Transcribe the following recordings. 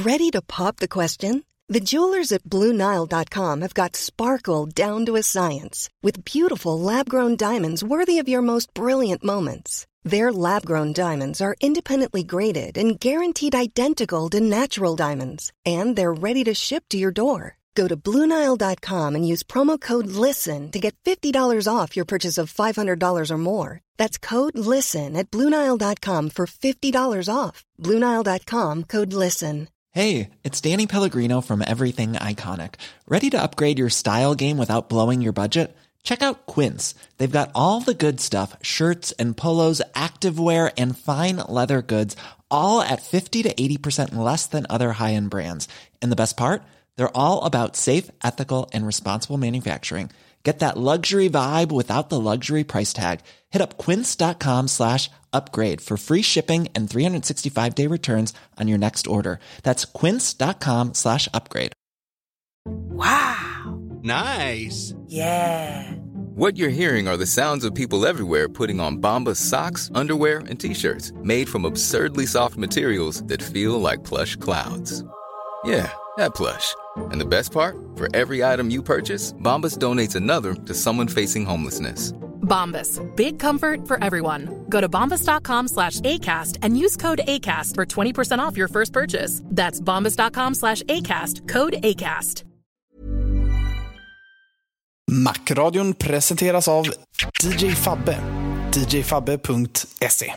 Ready to pop the question? The jewelers at BlueNile.com have got sparkle down to a science with beautiful lab-grown diamonds worthy of your most brilliant moments. Their lab-grown diamonds are independently graded and guaranteed identical to natural diamonds, and they're ready to ship to your door. Go to BlueNile.com and use promo code LISTEN to get $50 off your purchase of $500 or more. That's code LISTEN at BlueNile.com for $50 off. BlueNile.com, code LISTEN. Hey, it's Danny Pellegrino from Everything Iconic. Ready to upgrade your style game without blowing your budget? Check out Quince. They've got all the good stuff, shirts and polos, activewear, and fine leather goods, all at 50 to 80% less than other high-end brands. And the best part? They're all about safe, ethical, and responsible manufacturing. Get that luxury vibe without the luxury price tag. Hit up quince.com/upgrade for free shipping and 365-day returns on your next order. That's quince.com/upgrade. Wow. Nice. Yeah. What you're hearing are the sounds of people everywhere putting on Bombas socks, underwear, and T-shirts made from absurdly soft materials that feel like plush clouds. Yeah, that plush. And the best part? For every item you purchase, Bombas donates another to someone facing homelessness. Bombas. Big comfort for everyone. Go to bombas.com/ACAST and use code ACAST for 20% off your first purchase. That's bombas.com/ACAST. Code ACAST. Macradion presenteras av DJ Fabbe. djfabbe.se.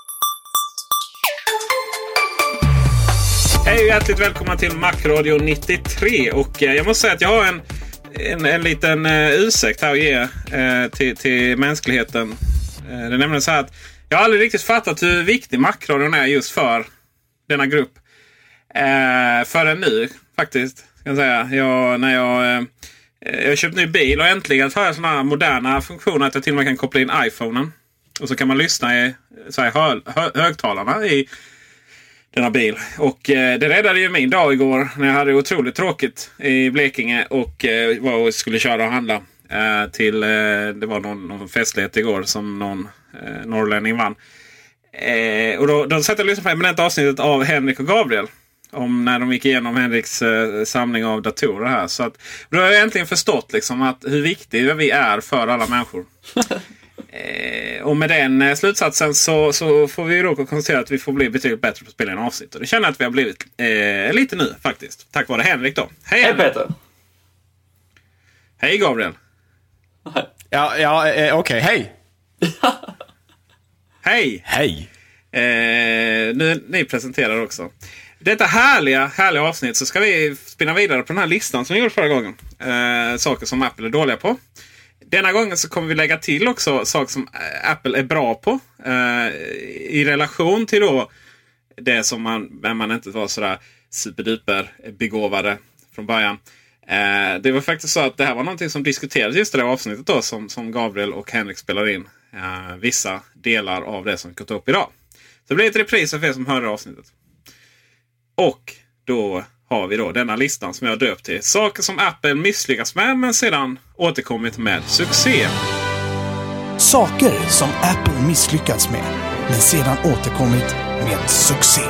Hej och hjärtligt välkomna till Macradio 93. Och jag måste säga att jag har en liten ursäkt här att ge till mänskligheten. Det är nämligen så här att jag har aldrig riktigt fattat hur viktig Macradion är just för denna grupp. Förrän nu faktiskt. Kan jag säga. När jag har köpt ny bil och äntligen har jag sådana här moderna funktioner att jag till och med kan koppla in iPhonen. Och så kan man lyssna i så här, högtalarna i denna bil. Och det räddade ju min dag igår när jag hade otroligt tråkigt i Blekinge och var och skulle köra och handla till det var någon festlighet igår som någon norrlänning vann. Och då satt jag och lyssnade på eminenta avsnittet av Henrik och Gabriel om när de gick igenom Henriks samling av datorer här. Så att då har jag äntligen förstått liksom att hur viktiga vi är för alla människor. Och med den slutsatsen så får vi då konstatera att vi får bli betydligt bättre på att spela en avsnitt. Och det känner jag att vi har blivit lite nu faktiskt. Tack vare Henrik då. Hej Peter. Hej Gabriel. Okej, hej. Hej. Hej. Nu ni presenterar också. Detta härliga avsnitt så ska vi spinna vidare på den här listan som vi gjorde förra gången. Saker som Apple är dåliga på. Denna gången så kommer vi lägga till också saker som Apple är bra på. I relation till då det som man inte var sådär superduper begåvade från början. Det var faktiskt så att det här var någonting som diskuterades just i det avsnittet då som Gabriel och Henrik spelar in. Vissa delar av det som gått upp idag. Så det blir ett repris för er som hörde avsnittet. Och då har vi då denna listan som jag har döpt till saker som Apple misslyckas med men sedan återkommit med succé. Saker som Apple misslyckats med men sedan återkommit med succé.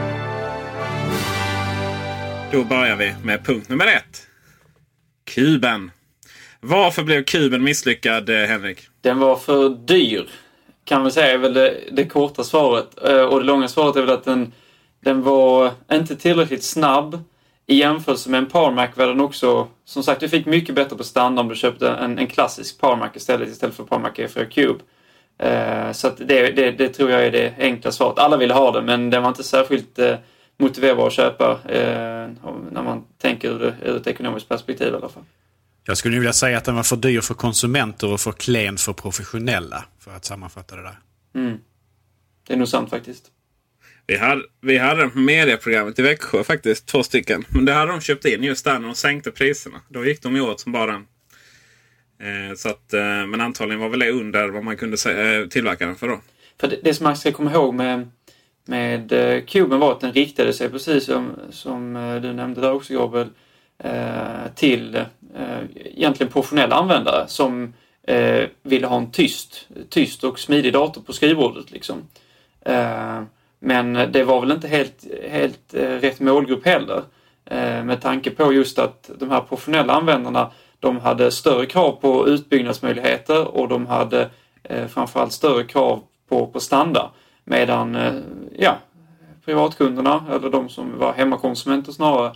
Då börjar vi med punkt nummer 1. Kuben. Varför blev kuben misslyckad, Henrik? Den var för dyr. Kan man säga är väl det korta svaret. Och det långa svaret är väl att den var inte tillräckligt snabb. I jämförelse med en PowerMac var den också, som sagt, du fick mycket bättre på standard om du köpte en klassisk PowerMac istället för PowerMac E4 Cube. Så att det tror jag är det enkla svaret. Alla ville ha den, men den var inte särskilt motiverbar att köpa när man tänker ur ett ekonomiskt perspektiv i alla fall. Jag skulle vilja säga att den var för dyr för konsumenter och för klen för professionella, för att sammanfatta det där. Det är nog sant faktiskt. Vi hade den på medieprogrammet i Växjö faktiskt, 2 stycken. Men det hade de köpt in just där när de sänkte priserna. Då gick de ju åt som bara så att, men antagligen var väl det under vad man kunde tillverka den för då. För det som man ska komma ihåg med kuben var att den riktade sig precis som du nämnde där också, Gabriel, till egentligen professionella användare som ville ha en tyst och smidig dator på skrivbordet liksom. Men det var väl inte helt rätt målgrupp heller. Med tanke på just att de här professionella användarna, de hade större krav på utbyggnadsmöjligheter och de hade framförallt större krav på standard. Medan privatkunderna, eller de som var hemmakonsumenter snarare,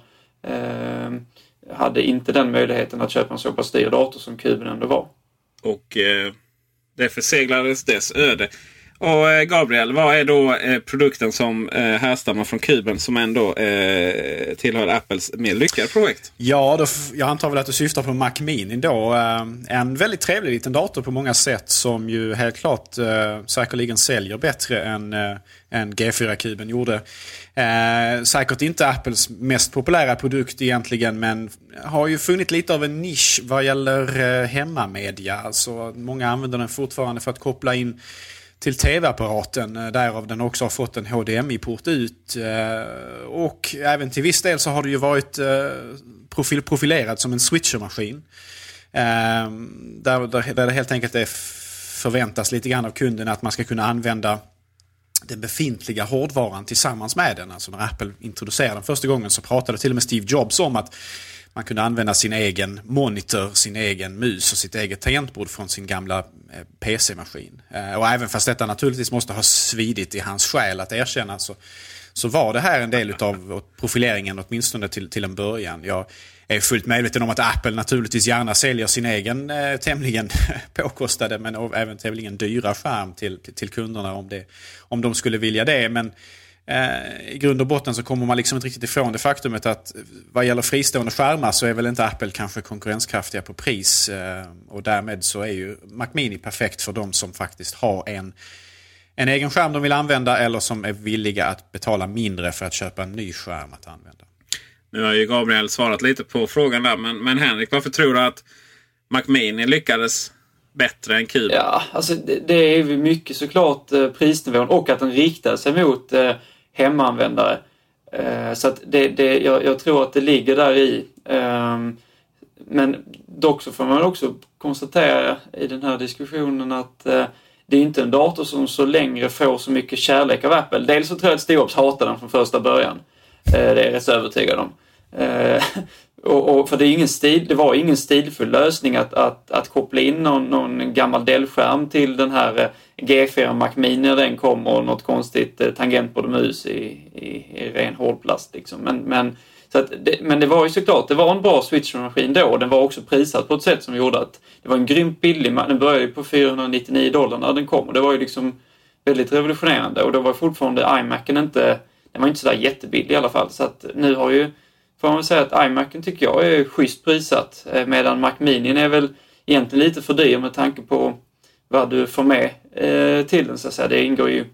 hade inte den möjligheten att köpa en så pass dyr dator som kuben ändå var. Och det förseglades dess öde. Och Gabriel, vad är då produkten som härstammar från kuben som ändå tillhör Apples mer lyckade projekt? Ja, jag antar väl att du syftar på Mac Mini då. En väldigt trevlig liten dator på många sätt som ju helt klart säkerligen säljer bättre än G4-kuben gjorde. Säkert inte Apples mest populära produkt egentligen, men har ju funnit lite av en nisch vad gäller hemmamedia. Alltså, många använder den fortfarande för att koppla in till tv-apparaten, därav den också har fått en HDMI-port ut. Och även till viss del så har det ju varit profilerad som en switchermaskin. Där det helt enkelt förväntas lite grann av kunden att man ska kunna använda den befintliga hårdvaran tillsammans med den. Alltså när Apple introducerade den första gången så pratade till och med Steve Jobs om att man kunde använda sin egen monitor, sin egen mus och sitt eget tangentbord från sin gamla PC-maskin. Och även fast detta naturligtvis måste ha svidit i hans själ att erkänna, så var det här en del av profileringen åtminstone till en början. Jag är fullt medveten om att Apple naturligtvis gärna säljer sin egen tämligen påkostade men även tämligen dyra skärm till kunderna om de skulle vilja det. Men i grund och botten så kommer man liksom inte riktigt ifrån det faktumet att vad gäller fristående skärmar så är väl inte Apple kanske konkurrenskraftiga på pris, och därmed så är ju Mac Mini perfekt för de som faktiskt har en egen skärm de vill använda eller som är villiga att betala mindre för att köpa en ny skärm att använda. Nu har ju Gabriel svarat lite på frågan där, men Henrik, varför tror du att Mac Mini lyckades bättre än kuben? Ja, alltså det är ju mycket såklart prisnivån och att den riktar sig mot hemmaanvändare. Så att jag tror att det ligger där i. Men dock så får man också konstatera i den här diskussionen att det är inte en dator som så längre får så mycket kärlek av Apple. Dels så tror jag att Steve Jobs hatar den från första början. Det är jag rätt övertygad om. Och för det var ingen stilfull lösning att koppla in någon gammal Dell-skärm till den här G4 Mac Mini när den kom och något konstigt tangentbord och mus i ren hårdplast liksom. Men det var ju såklart, det var en bra switchmaskin då, och den var också prisad på ett sätt som gjorde att det var en grymt billig, den började ju på $499 när den kom, och det var ju liksom väldigt revolutionerande, och då var fortfarande iMacen den var inte så där jättebillig i alla fall, så att nu har ju, får man väl säga att iMacen tycker jag är schysst prisat, medan Mac Mini är väl egentligen lite för dyr med tanke på vad du får med till den, så att säga. Det ingår ju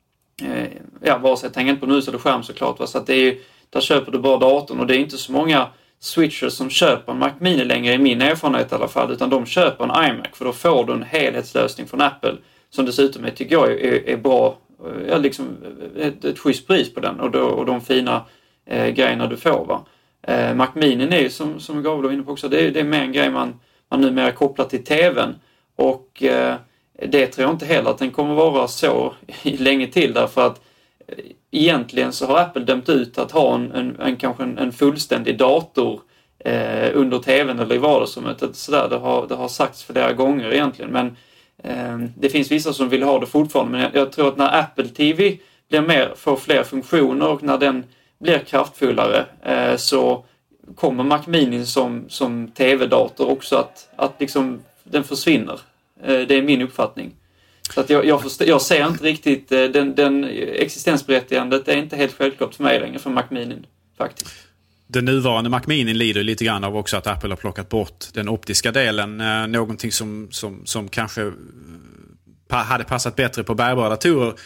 vare sig tangent på mus eller skärm såklart, va? Så att det är ju, där köper du bara datorn, och det är inte så många switchers som köper en Mac Mini längre i min erfarenhet i alla fall, utan de köper en iMac, för då får du en helhetslösning från Apple som dessutom tycker jag är bra, liksom ett schysst pris på den och de fina grejerna du får, va. Mac Mini är ju som Gabriel var inne på också, det är mer en grej man numera kopplar till tvn, och det tror jag inte heller att den kommer vara så länge till, därför att egentligen så har Apple dömt ut att ha kanske en fullständig dator under tvn eller i vardagsrummet. Sådär, det har sagts flera gånger egentligen, men det finns vissa som vill ha det fortfarande. Men jag tror att när Apple TV får fler funktioner och när den blir kraftfullare så kommer Mac Mini som tv-dator också att liksom den försvinner. Det är min uppfattning. Så att jag ser inte riktigt den existensberättigandet är inte helt självklart för mig längre för Mac Mini faktiskt. Den nuvarande Mac Mini lider lite grann av också att Apple har plockat bort den optiska delen. Någonting som kanske hade passat bättre på bärbara datorer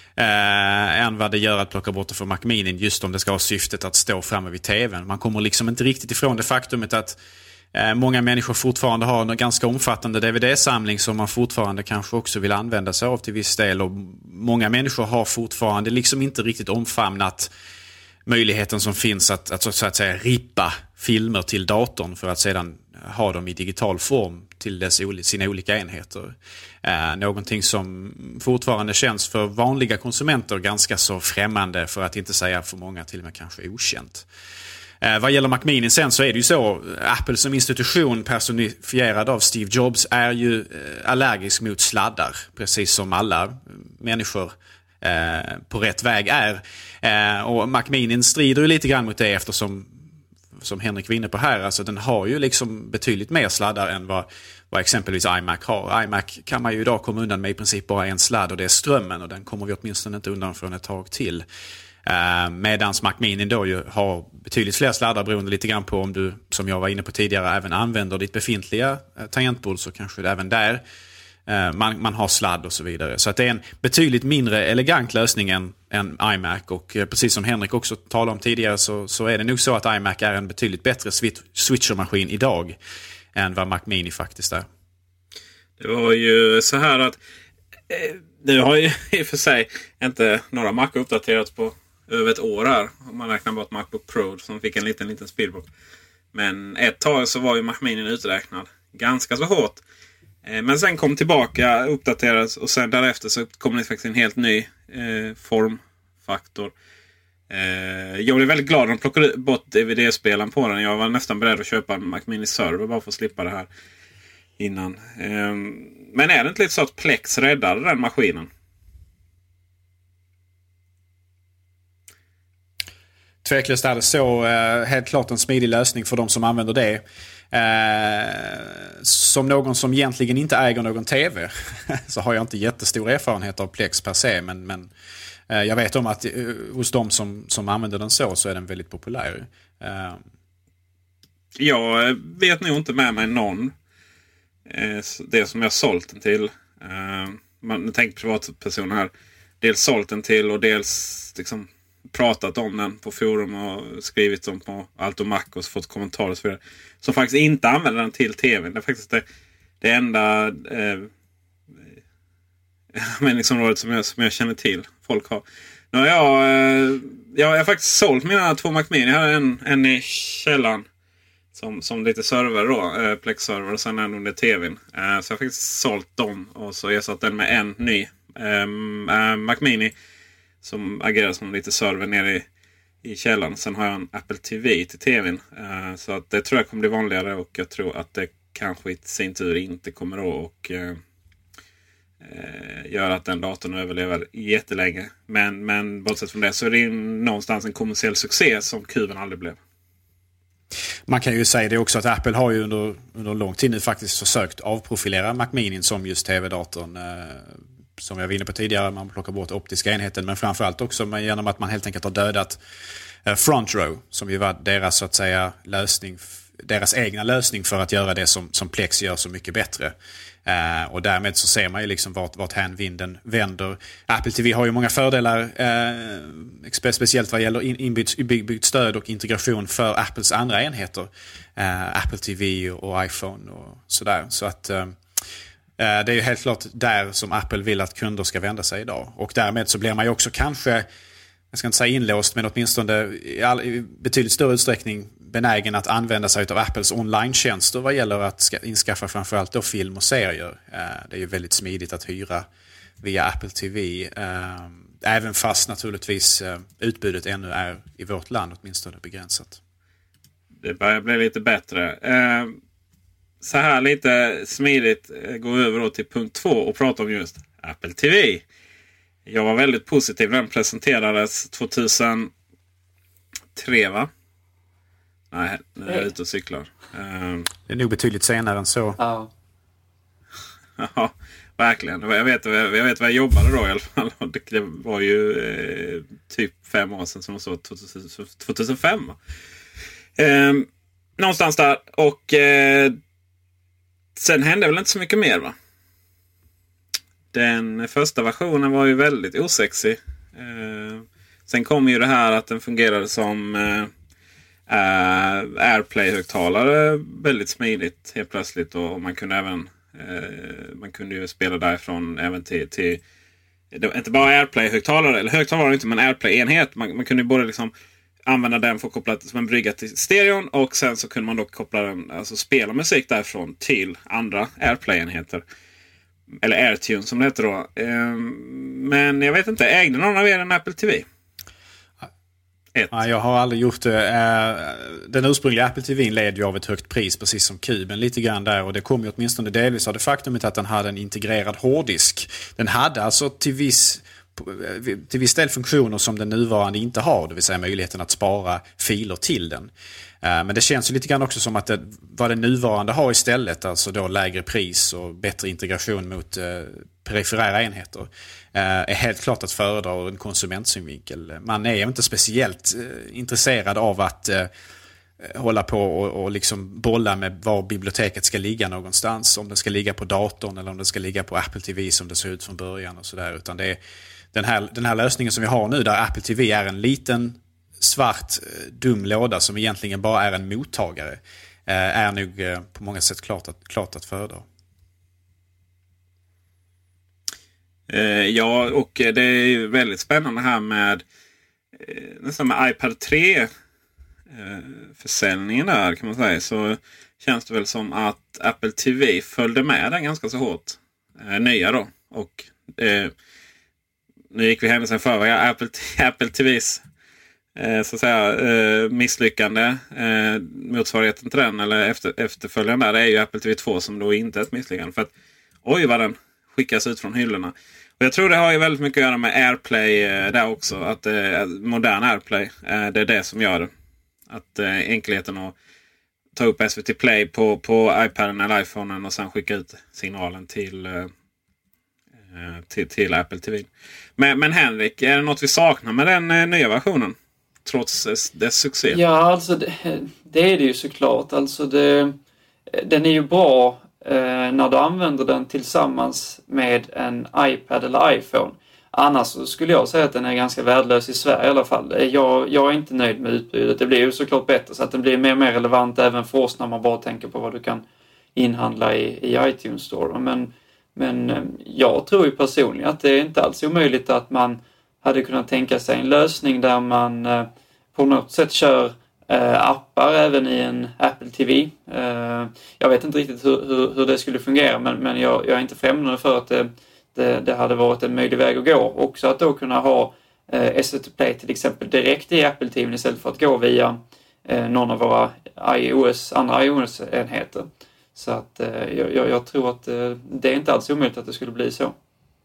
än vad det gör att plocka bort det för Mac Mini, just om det ska ha syftet att stå framme vid tvn. Man kommer liksom inte riktigt ifrån det faktumet att många människor fortfarande har en ganska omfattande DVD-samling som man fortfarande kanske också vill använda sig av till viss del, och många människor har fortfarande liksom inte riktigt omfamnat möjligheten som finns att så att säga rippa filmer till datorn för att sedan ha dem i digital form till sina olika enheter. Någonting som fortfarande känns för vanliga konsumenter ganska så främmande, för att inte säga för många till och med kanske okänt. Vad gäller Mac Mini sen så är det ju så, Apple som institution personifierad av Steve Jobs är ju allergisk mot sladdar, precis som alla människor på rätt väg är. Och Mac Mini strider ju lite grann mot det, eftersom, som Henrik var inne på här, alltså den har ju liksom betydligt mer sladdar än vad exempelvis iMac har. iMac kan man ju idag komma undan med i princip bara en sladd, och det är strömmen, och den kommer vi åtminstone inte undan från ett tag till. Medans Mac Mini då ju har betydligt fler sladdar, beroende lite grann på om du, som jag var inne på tidigare, även använder ditt befintliga tangentbord, så kanske det även där man har sladd och så vidare. Så att det är en betydligt mindre elegant lösning än iMac, och precis som Henrik också talade om tidigare så är det nog så att iMac är en betydligt bättre switchermaskin idag än vad Mac Mini faktiskt är. Det var ju så här att det har ju i och för sig inte några Mac uppdaterats på över ett år här, om man räknar bort MacBook Pro som fick en liten speedbook. Men ett tag så var ju Mac Mini uträknad ganska så hårt. Men sen kom tillbaka, uppdaterades, och sen därefter så kom det faktiskt en helt ny formfaktor. Jag blev väldigt glad när de plockade bort DVD-spelaren på den. Jag var nästan beredd att köpa en Mac Mini Server bara för att slippa det här innan. Men är det inte lite så att Plex räddade den maskinen? Tveklöst är det så. Helt klart en smidig lösning för de som använder det. Som någon som egentligen inte äger någon tv så har jag inte jättestor erfarenhet av Plex per se, men jag vet om att hos de som använder den så är den väldigt populär. Jag vet nog inte med mig någon det som jag har sålt den till. Man tänker privatpersoner här. Dels sålt den till och dels liksom pratat om den på forum och skrivit om på Allt och Mac och fått kommentarer och så vidare. Som faktiskt inte använder den till tv. Det är faktiskt det enda människoområdet som jag känner till. Folk har. Nu har jag har faktiskt sålt mina 2 Mac Mini. Jag har en i källan som lite server då. Plex-server, och sen en under tvn. Så jag har faktiskt sålt dem och så ersatt den med en ny Mac Mini som agerar som lite server nere i källan. Sen har jag en Apple TV till tvn. Så att det tror jag kommer bli vanligare, och jag tror att det kanske i sin tur inte kommer att göra att den datorn överlever jättelänge. Men bortsett från det så är det någonstans en kommersiell succé som kuben aldrig blev. Man kan ju säga det också att Apple har ju under lång tid nu faktiskt försökt avprofilera Mac Mini som just tv-datorn. Som jag var inne på tidigare, man plockar bort optiska enheten, men framförallt också genom att man helt enkelt har dödat Front Row, som ju var deras så att säga lösning, deras egna lösning för att göra det som Plex gör så mycket bättre. Och därmed så ser man ju liksom vart vinden vänder. Apple TV har ju många fördelar, speciellt vad gäller inbyggt stöd och integration för Apples andra enheter. Apple TV och iPhone och sådär. Så att det är ju helt klart där som Apple vill att kunder ska vända sig idag. Och därmed så blir man ju också kanske, jag ska inte säga inlåst, men åtminstone i betydligt större utsträckning benägen att använda sig av Apples online-tjänster vad gäller att inskaffa framförallt då film och serier. Det är ju väldigt smidigt att hyra via Apple TV. Även fast naturligtvis utbudet ännu är i vårt land åtminstone begränsat. Det börjar bli lite bättre. Så här lite smidigt går över då till punkt 2 och prata om just Apple TV. Jag var väldigt positiv när den presenterades 2003, va? Nej, nu är jag ute och cyklar. Det är nog betydligt senare än så. Ja, verkligen. Jag vet vad jag jobbade då i alla fall. Det var ju typ 5 år sedan, som så 2005. Någonstans där. Och sen hände väl inte så mycket mer, va? Den första versionen var ju väldigt osexig. Sen kom ju det här att den fungerade som AirPlay-högtalare väldigt smidigt helt plötsligt. Och man kunde även man kunde ju spela därifrån även till det var inte bara AirPlay-högtalare, eller högtalare inte, men AirPlay-enhet. Man kunde ju både liksom använda den för att koppla som en brygga till stereon. Och sen så kunde man då koppla den, alltså spela musik därifrån till andra AirPlay-enheter. Eller AirTunes som det heter då. Men jag vet inte, ägde någon av er en Apple TV? Ja, jag har aldrig gjort det. Den ursprungliga Apple TV led ju av ett högt pris, precis som kuben lite grann där. Och det kom ju åtminstone delvis av det faktumet att den hade en integrerad hårddisk. Den hade alltså till viss del funktioner som den nuvarande inte har. Det vill säga möjligheten att spara filer till den. Men det känns ju lite grann också som att vad den nuvarande har istället, alltså då lägre pris och bättre integration mot periferära enheter, är helt klart att föredra ur en konsumentsynvinkel. Man är ju inte speciellt intresserad av att hålla på och liksom bolla med var biblioteket ska ligga någonstans. Om det ska ligga på datorn eller om det ska ligga på Apple TV som det ser ut från början och sådär. Utan det är den här lösningen som vi har nu, där Apple TV är en liten svart dum låda som egentligen bara är en mottagare, är nog på många sätt klart att föredra. Ja, och det är ju väldigt spännande här med nästan med iPad 3 försäljningen där, kan man säga. Så känns det väl som att Apple TV följde med den ganska så hårt. Nya då. Och nu gick vi händelsen förväg. Apple TVs så att säga misslyckande, motsvarigheten till den eller efterföljande där, det är ju Apple TV 2 som då inte är ett misslyckande. För att oj vad den skickas ut från hyllorna. Och jag tror det har ju väldigt mycket att göra med AirPlay där också. Att modern AirPlay, det är det som gör det. Att enkelheten att ta upp SVT Play på iPaden eller iPhonen och sen skicka ut signalen till Apple TV. Men Henrik, är det något vi saknar med den nya versionen? Trots dess succé? Ja, alltså det är det ju såklart. Alltså den är ju bra när du använder den tillsammans med en iPad eller iPhone. Annars så skulle jag säga att den är ganska värdelös i Sverige i alla fall. Jag är inte nöjd med utbudet. Det blir ju såklart bättre så att den blir mer och mer relevant även för oss när man bara tänker på vad du kan inhandla i iTunes Store. Men jag tror ju personligen att det är inte alls omöjligt att man hade kunnat tänka sig en lösning där man på något sätt kör appar även i en Apple TV. Jag vet inte riktigt hur det skulle fungera, men jag är inte främmande för att det hade varit en möjlig väg att gå. Också att då kunna ha SVT Play till exempel direkt i Apple TV istället för att gå via någon av våra andra iOS-enheter. Så att jag tror att det är inte alls omöjligt att det skulle bli så.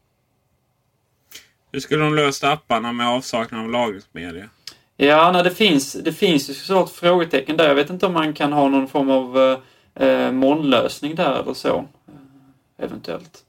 Hur skulle de lösa apparna med avsaknad av lagringsmedia? Ja, det finns ju såklart frågetecken där. Jag vet inte om man kan ha någon form av molnlösning där eller så. Eventuellt.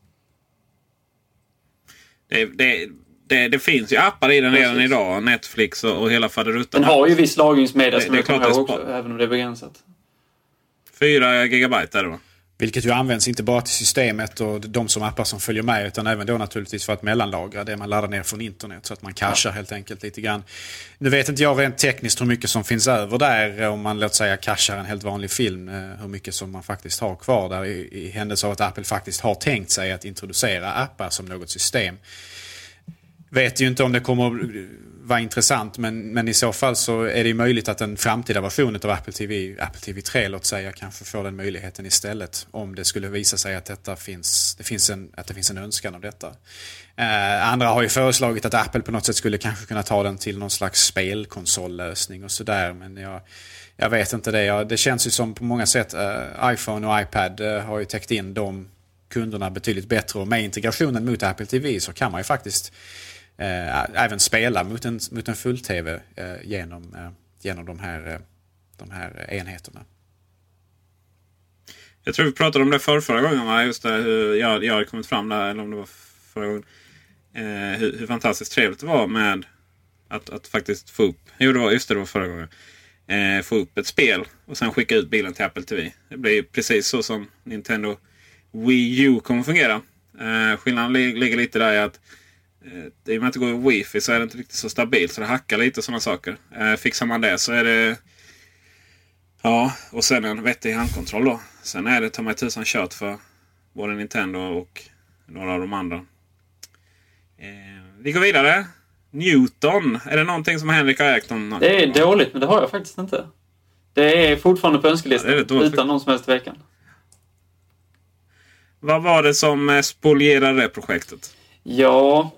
Det finns ju appar i den redan idag. Netflix och hela faderuttan. Den har ju viss lagringsmedia som jag kommer ihåg också, även om det är begränsat. 4 gigabyte är det va? Vilket ju används inte bara till systemet och de som appar som följer med, utan även då naturligtvis för att mellanlagra det man laddar ner från internet, så att man cachar helt enkelt lite grann. Nu vet inte jag rent tekniskt hur mycket som finns över där om man låt säga cachar en helt vanlig film, hur mycket som man faktiskt har kvar där i händelse av att Apple faktiskt har tänkt sig att introducera appar som något system. Vet ju inte om det kommer vara intressant, men i så fall så är det ju möjligt att en framtida version av Apple TV 3 låt säga kanske får den möjligheten istället, om det skulle visa sig att det finns en önskan om detta. Andra har ju föreslagit att Apple på något sätt skulle kanske kunna ta den till någon slags spelkonsollösning och sådär, men jag vet inte det. Det känns ju som på många sätt iPhone och iPad har ju täckt in de kunderna betydligt bättre, och med integrationen mot Apple TV så kan man ju faktiskt även spela mot en full-tv genom de här enheterna. Jag tror vi pratade om det förra gången, va? Just det, hur jag hade kommit fram där, eller om det var förra gången. Hur fantastiskt trevligt det var med att faktiskt få upp, det var förra gången. Få upp ett spel och sen skicka ut bilen till Apple TV. Det blir precis så som Nintendo Wii U kommer fungera. Skillnaden ligger lite där i att i och med att det går i wifi så är det inte riktigt så stabilt, så det hackar lite sådana saker. Fixar man det så är det och sen en vettig handkontroll då. Sen är det ta mig tusan kört för både Nintendo och några av de andra. Vi går vidare. Newton. Är det någonting som Henrik har ägt om? Det är dåligt, men det har jag faktiskt inte. Det är fortfarande på önskelistan utan någon som helst tvekan. Vad var det som spolierade det projektet? Ja,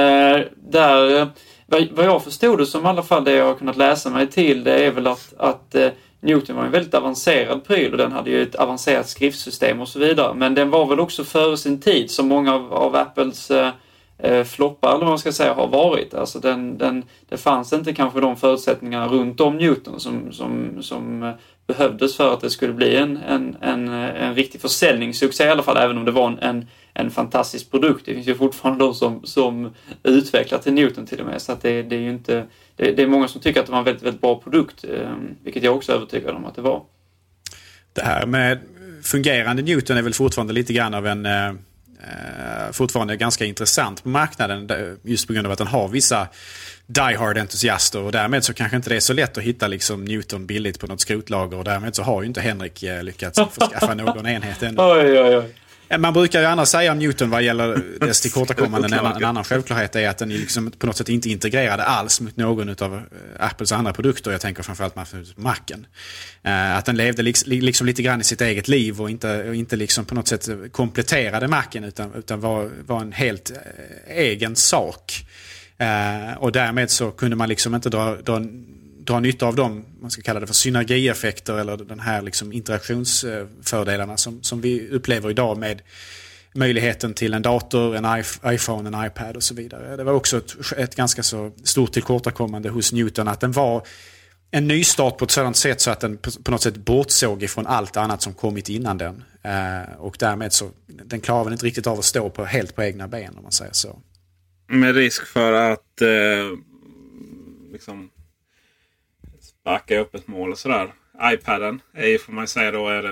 vad jag förstod det som i alla fall det jag har kunnat läsa mig till, det är väl att Newton var en väldigt avancerad pryl och den hade ju ett avancerat skriftsystem och så vidare. Men den var väl också före sin tid som många av Apples floppar, eller vad man ska säga, har varit. Alltså det fanns inte kanske de förutsättningarna runt om Newton som behövdes för att det skulle bli en riktig försäljningssuccé i alla fall, även om det var en fantastisk produkt. Det finns ju fortfarande de som utvecklar till Newton till och med, så att det är ju inte, det är många som tycker att det var en väldigt, väldigt bra produkt, vilket jag också är övertygad om att det var. Det här med fungerande Newton är väl fortfarande lite grann av en fortfarande ganska intressant på marknaden, just på grund av att den har vissa die-hard-entusiaster, och därmed så kanske inte det är så lätt att hitta liksom Newton billigt på något skrotlager, och därmed så har ju inte Henrik lyckats skaffa någon enhet ännu. Oj. Man brukar ju annars säga om Newton vad gäller dess tillkortakommanden. En annan självklarhet är att den liksom på något sätt inte integrerade alls mot någon av Apples andra produkter. Jag tänker framförallt på Macen. Att den levde liksom lite grann i sitt eget liv och inte liksom på något sätt kompletterade Macen utan var en helt egen sak. Och därmed så kunde man liksom inte dra nytta av dem, man ska kalla det för synergieffekter, eller den här liksom interaktionsfördelarna som vi upplever idag med möjligheten till en dator, en iPhone, en iPad och så vidare. Det var också ett ganska så stort tillkortakommande hos Newton, att den var en nystart på ett sådant sätt så att den på något sätt bortsåg ifrån allt annat som kommit innan den. Och därmed så den klarar väl inte riktigt av att stå helt på egna ben, om man säger så. Med risk för att liksom sparka upp ett mål och sådär. iPaden är ju, får man säga då, är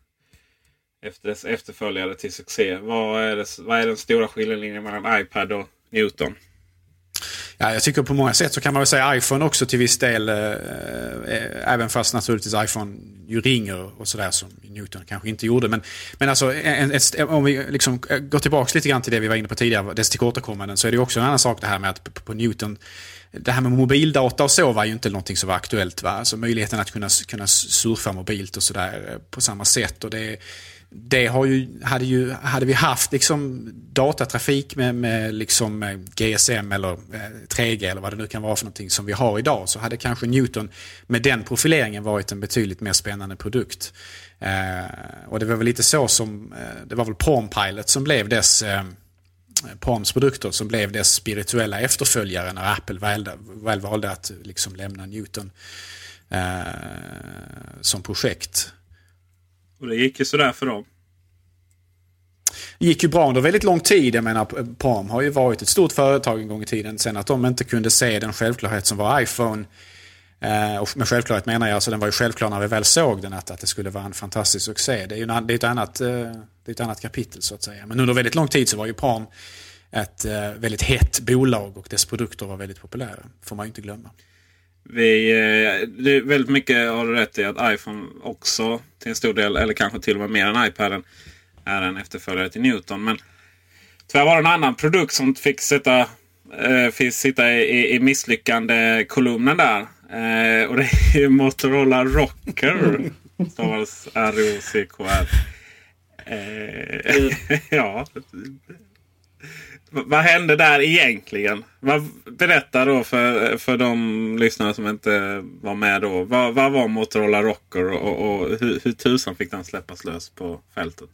dess efterföljare till succé. Vad är den stora skiljelinjen mellan iPad och Newton? Ja, jag tycker på många sätt så kan man väl säga iPhone också till viss del, även fast naturligtvis iPhone ju ringer och sådär som Newton kanske inte gjorde. Men alltså, om vi liksom går tillbaka lite grann till det vi var inne på tidigare, dess tillkortakommanden, så är det också en annan sak det här med att på Newton, det här med mobildata och så var ju inte någonting som var aktuellt, va? Alltså möjligheten att kunna surfa mobilt och sådär på samma sätt, och det hade vi haft liksom datatrafik med liksom GSM eller 3G eller vad det nu kan vara för någonting som vi har idag, så hade kanske Newton med den profileringen varit en betydligt mer spännande produkt. Och det var väl lite så som det var väl Palm Pilot som blev dess Palms produkter som blev dess spirituella efterföljare när Apple väl valde att liksom lämna Newton som projekt. Och det gick ju sådär för dem. Det gick ju bra under väldigt lång tid. Jag menar, Palm har ju varit ett stort företag en gång i tiden. Sen att de inte kunde se den självklarhet som var iPhone. Och med självklarhet menar jag, alltså den var ju självklar när vi väl såg den, att det skulle vara en fantastisk succé. Det är ett annat kapitel så att säga. Men under väldigt lång tid så var ju Palm ett väldigt hett bolag, och dess produkter var väldigt populära. Får man ju inte glömma. Det är väldigt mycket har du rätt i att iPhone också till en stor del, eller kanske till och med mer än iPaden, är en efterföljare till Newton. Men tyvärr var det en annan produkt som fick sitta i misslyckande kolumnen där. Och det är ju Motorola Rocker. Stavas ROCKR. Ja. Vad hände där egentligen? Berätta då för de lyssnare som inte var med då. Vad var Motorola Rocker och hur tusan fick den släppas lös på fältet?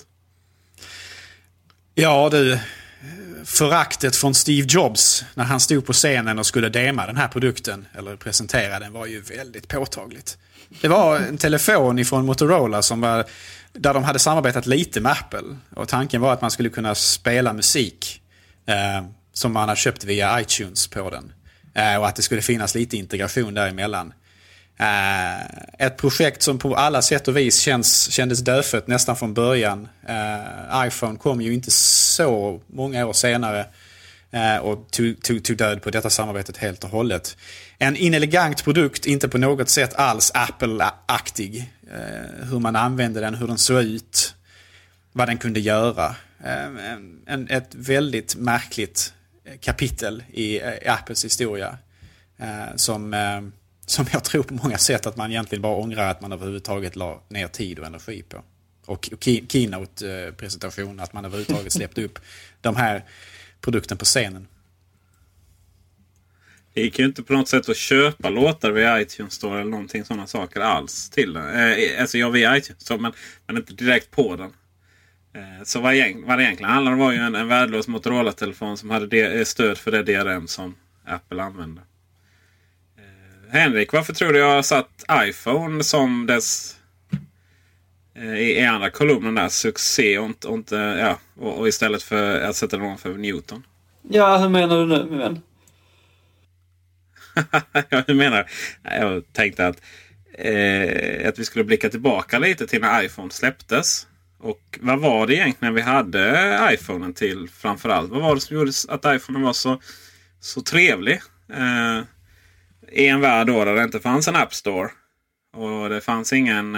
Ja, föraktet från Steve Jobs när han stod på scenen och skulle dema den här produkten eller presentera den var ju väldigt påtagligt. Det var en telefon ifrån Motorola där de hade samarbetat lite med Apple, och tanken var att man skulle kunna spela musik som man har köpt via iTunes på den, och att det skulle finnas lite integration däremellan. Ett projekt som på alla sätt och vis kändes dödfött nästan från början. iPhone kom ju inte så många år senare och tog död på detta samarbetet helt och hållet. En inelegant produkt, inte på något sätt alls Apple-aktig. Hur man använde den, hur den såg ut, vad den kunde göra. Ett väldigt märkligt kapitel i Apples historia. Som jag tror på många sätt att man egentligen bara ångrar att man överhuvudtaget la ner tid och energi på. Och keynote-presentation, att man överhuvudtaget släppte upp de här produkten på scenen. Det gick ju inte på något sätt att köpa låtar via iTunes Store eller någonting sådana saker alls till den. Alltså jag via iTunes Store, men inte direkt på den. Så vad det egentligen handlar om var ju en värdelös Motorola-telefon som hade stöd för det DRM som Apple använde. Henrik, varför tror du jag har satt iPhone som dess i andra kolumnen där succé och istället för att sätta den för Newton? Ja, hur menar du nu, min vän? Jag menar, jag tänkte att vi skulle blicka tillbaka lite till när iPhone släpptes. Och vad var det egentligen vi hade iPhonen till framförallt? Vad var det som gjorde att iPhonen var så trevlig? I en värld då där det inte fanns en App Store. Och det fanns ingen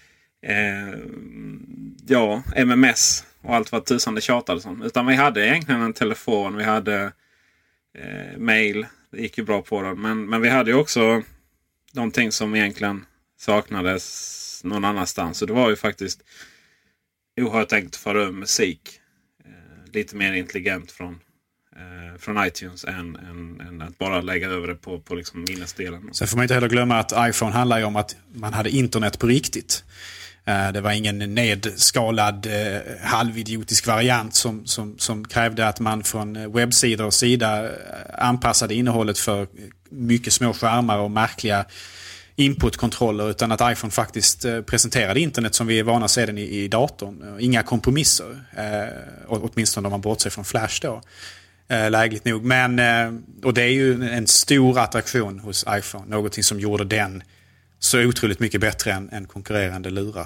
MMS och allt vad tusan det tjatade som. Utan vi hade egentligen en telefon, vi hade mail. Det gick ju bra på den. Men vi hade ju också någonting som egentligen saknades någon annanstans. Så det var ju faktiskt oerhört enkelt att föra musik. Lite mer intelligent från iTunes än att bara lägga över det på liksom minnesdelen. Sen får man inte heller glömma att iPhone handlar ju om att man hade internet på riktigt. Det var ingen nedskalad halvidiotisk variant som krävde att man från webbsidor sida anpassade innehållet för mycket små skärmar och märkliga inputkontroller, utan att iPhone faktiskt presenterade internet som vi är vana att se den i datorn. Inga kompromisser, åtminstone om man bortser från Flash då. Lägligt nog. Och det är ju en stor attraktion hos iPhone. Någonting som gjorde den så otroligt mycket bättre än konkurrerande lurar.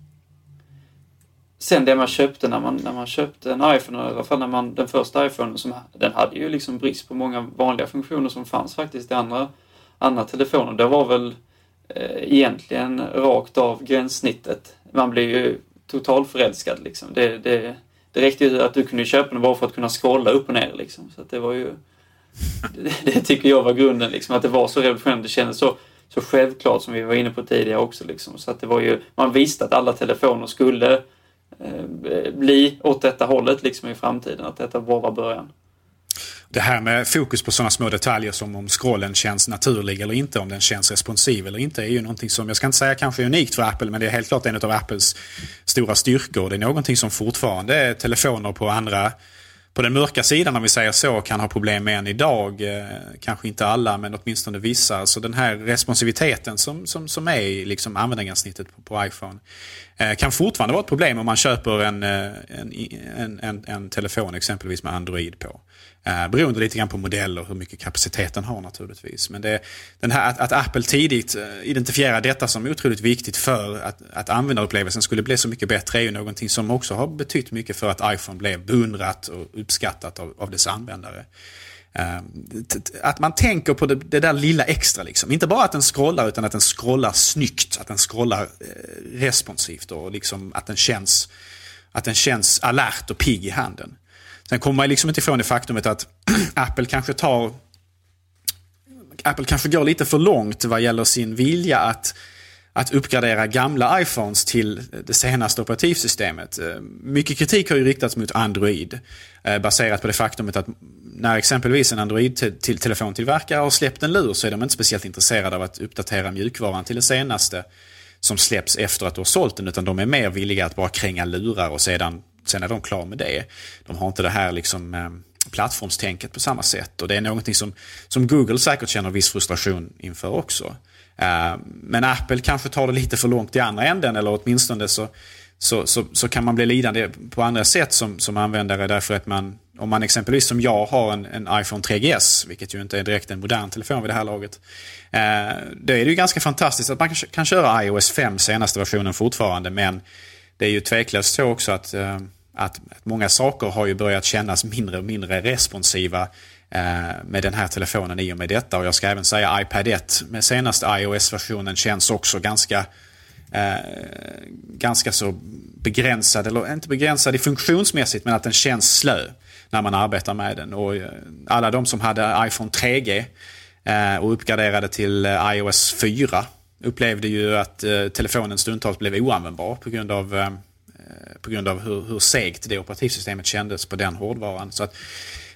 Sen det man köpte när man köpte en iPhone, i alla fall den första iPhone, den hade ju liksom brist på många vanliga funktioner som fanns faktiskt i andra telefoner. Det var väl egentligen rakt av gränssnittet. Man blev ju totalt förälskad liksom. Det räckte ju att du kunde köpa den bara för att kunna scrolla upp och ner liksom. Så att det var ju det tycker jag var grunden liksom, att det var så revolutionerande. Det kändes så självklart som vi var inne på tidigare också liksom. Så att det var ju, man visste att alla telefoner skulle bli åt detta hållet liksom i framtiden, att detta bara var början. Det här med fokus på sådana små detaljer som om scrollen känns naturlig eller inte, om den känns responsiv eller inte, är ju någonting som, jag ska inte säga kanske unikt för Apple, men det är helt klart en av Apples stora styrkor. Det är någonting som fortfarande telefoner på den mörka sidan, om vi säger så, kan ha problem med än idag. Kanske inte alla, men åtminstone vissa. Så den här responsiviteten som är i liksom användargränssnittet på iPhone kan fortfarande vara ett problem om man köper en telefon exempelvis med Android på. Beroende lite grann på modell och hur mycket kapaciteten har naturligtvis. Men den här, att Apple tidigt identifierar detta som otroligt viktigt för att användarupplevelsen skulle bli så mycket bättre, är ju någonting som också har betytt mycket för att iPhone blev beundrat och uppskattat av dess användare. Att man tänker på det där lilla extra liksom. Inte bara att den scrollar, utan att den scrollar snyggt, att den scrollar responsivt och liksom att den känns alert och pigg i handen. Sen kommer man liksom inte ifrån det faktumet att Apple kanske går lite för långt vad gäller sin vilja att uppgradera gamla iPhones till det senaste operativsystemet. Mycket kritik har ju riktats mot Android baserat på det faktumet att när exempelvis en Android-telefontillverkare har släppt en lur, så är de inte speciellt intresserade av att uppdatera mjukvaran till det senaste som släpps efter att du har sålt den, utan de är mer villiga att bara kränga lurar och sen är de klar med det. De har inte det här liksom plattformstänket på samma sätt, och det är någonting som Google säkert känner viss frustration inför också. Men Apple kanske tar det lite för långt i andra änden, eller åtminstone så kan man bli lidande på andra sätt som användare, därför att om man exempelvis som jag har en iPhone 3GS, vilket ju inte är direkt en modern telefon vid det här laget, då är det ju ganska fantastiskt att man kan köra iOS 5 senaste versionen fortfarande, men det är ju tveklöst så också att många saker har ju börjat kännas mindre och mindre responsiva med den här telefonen i och med detta. Och jag ska även säga iPad 1 med senaste iOS-versionen känns också ganska ganska så begränsad, eller inte begränsad i funktionsmässigt, men att den känns slö när man arbetar med den. Och alla de som hade iPhone 3G och uppgraderade till iOS 4 upplevde ju att telefonen stundtals blev oanvändbar på grund av hur segt det operativsystemet kändes på den hårdvaran. Så att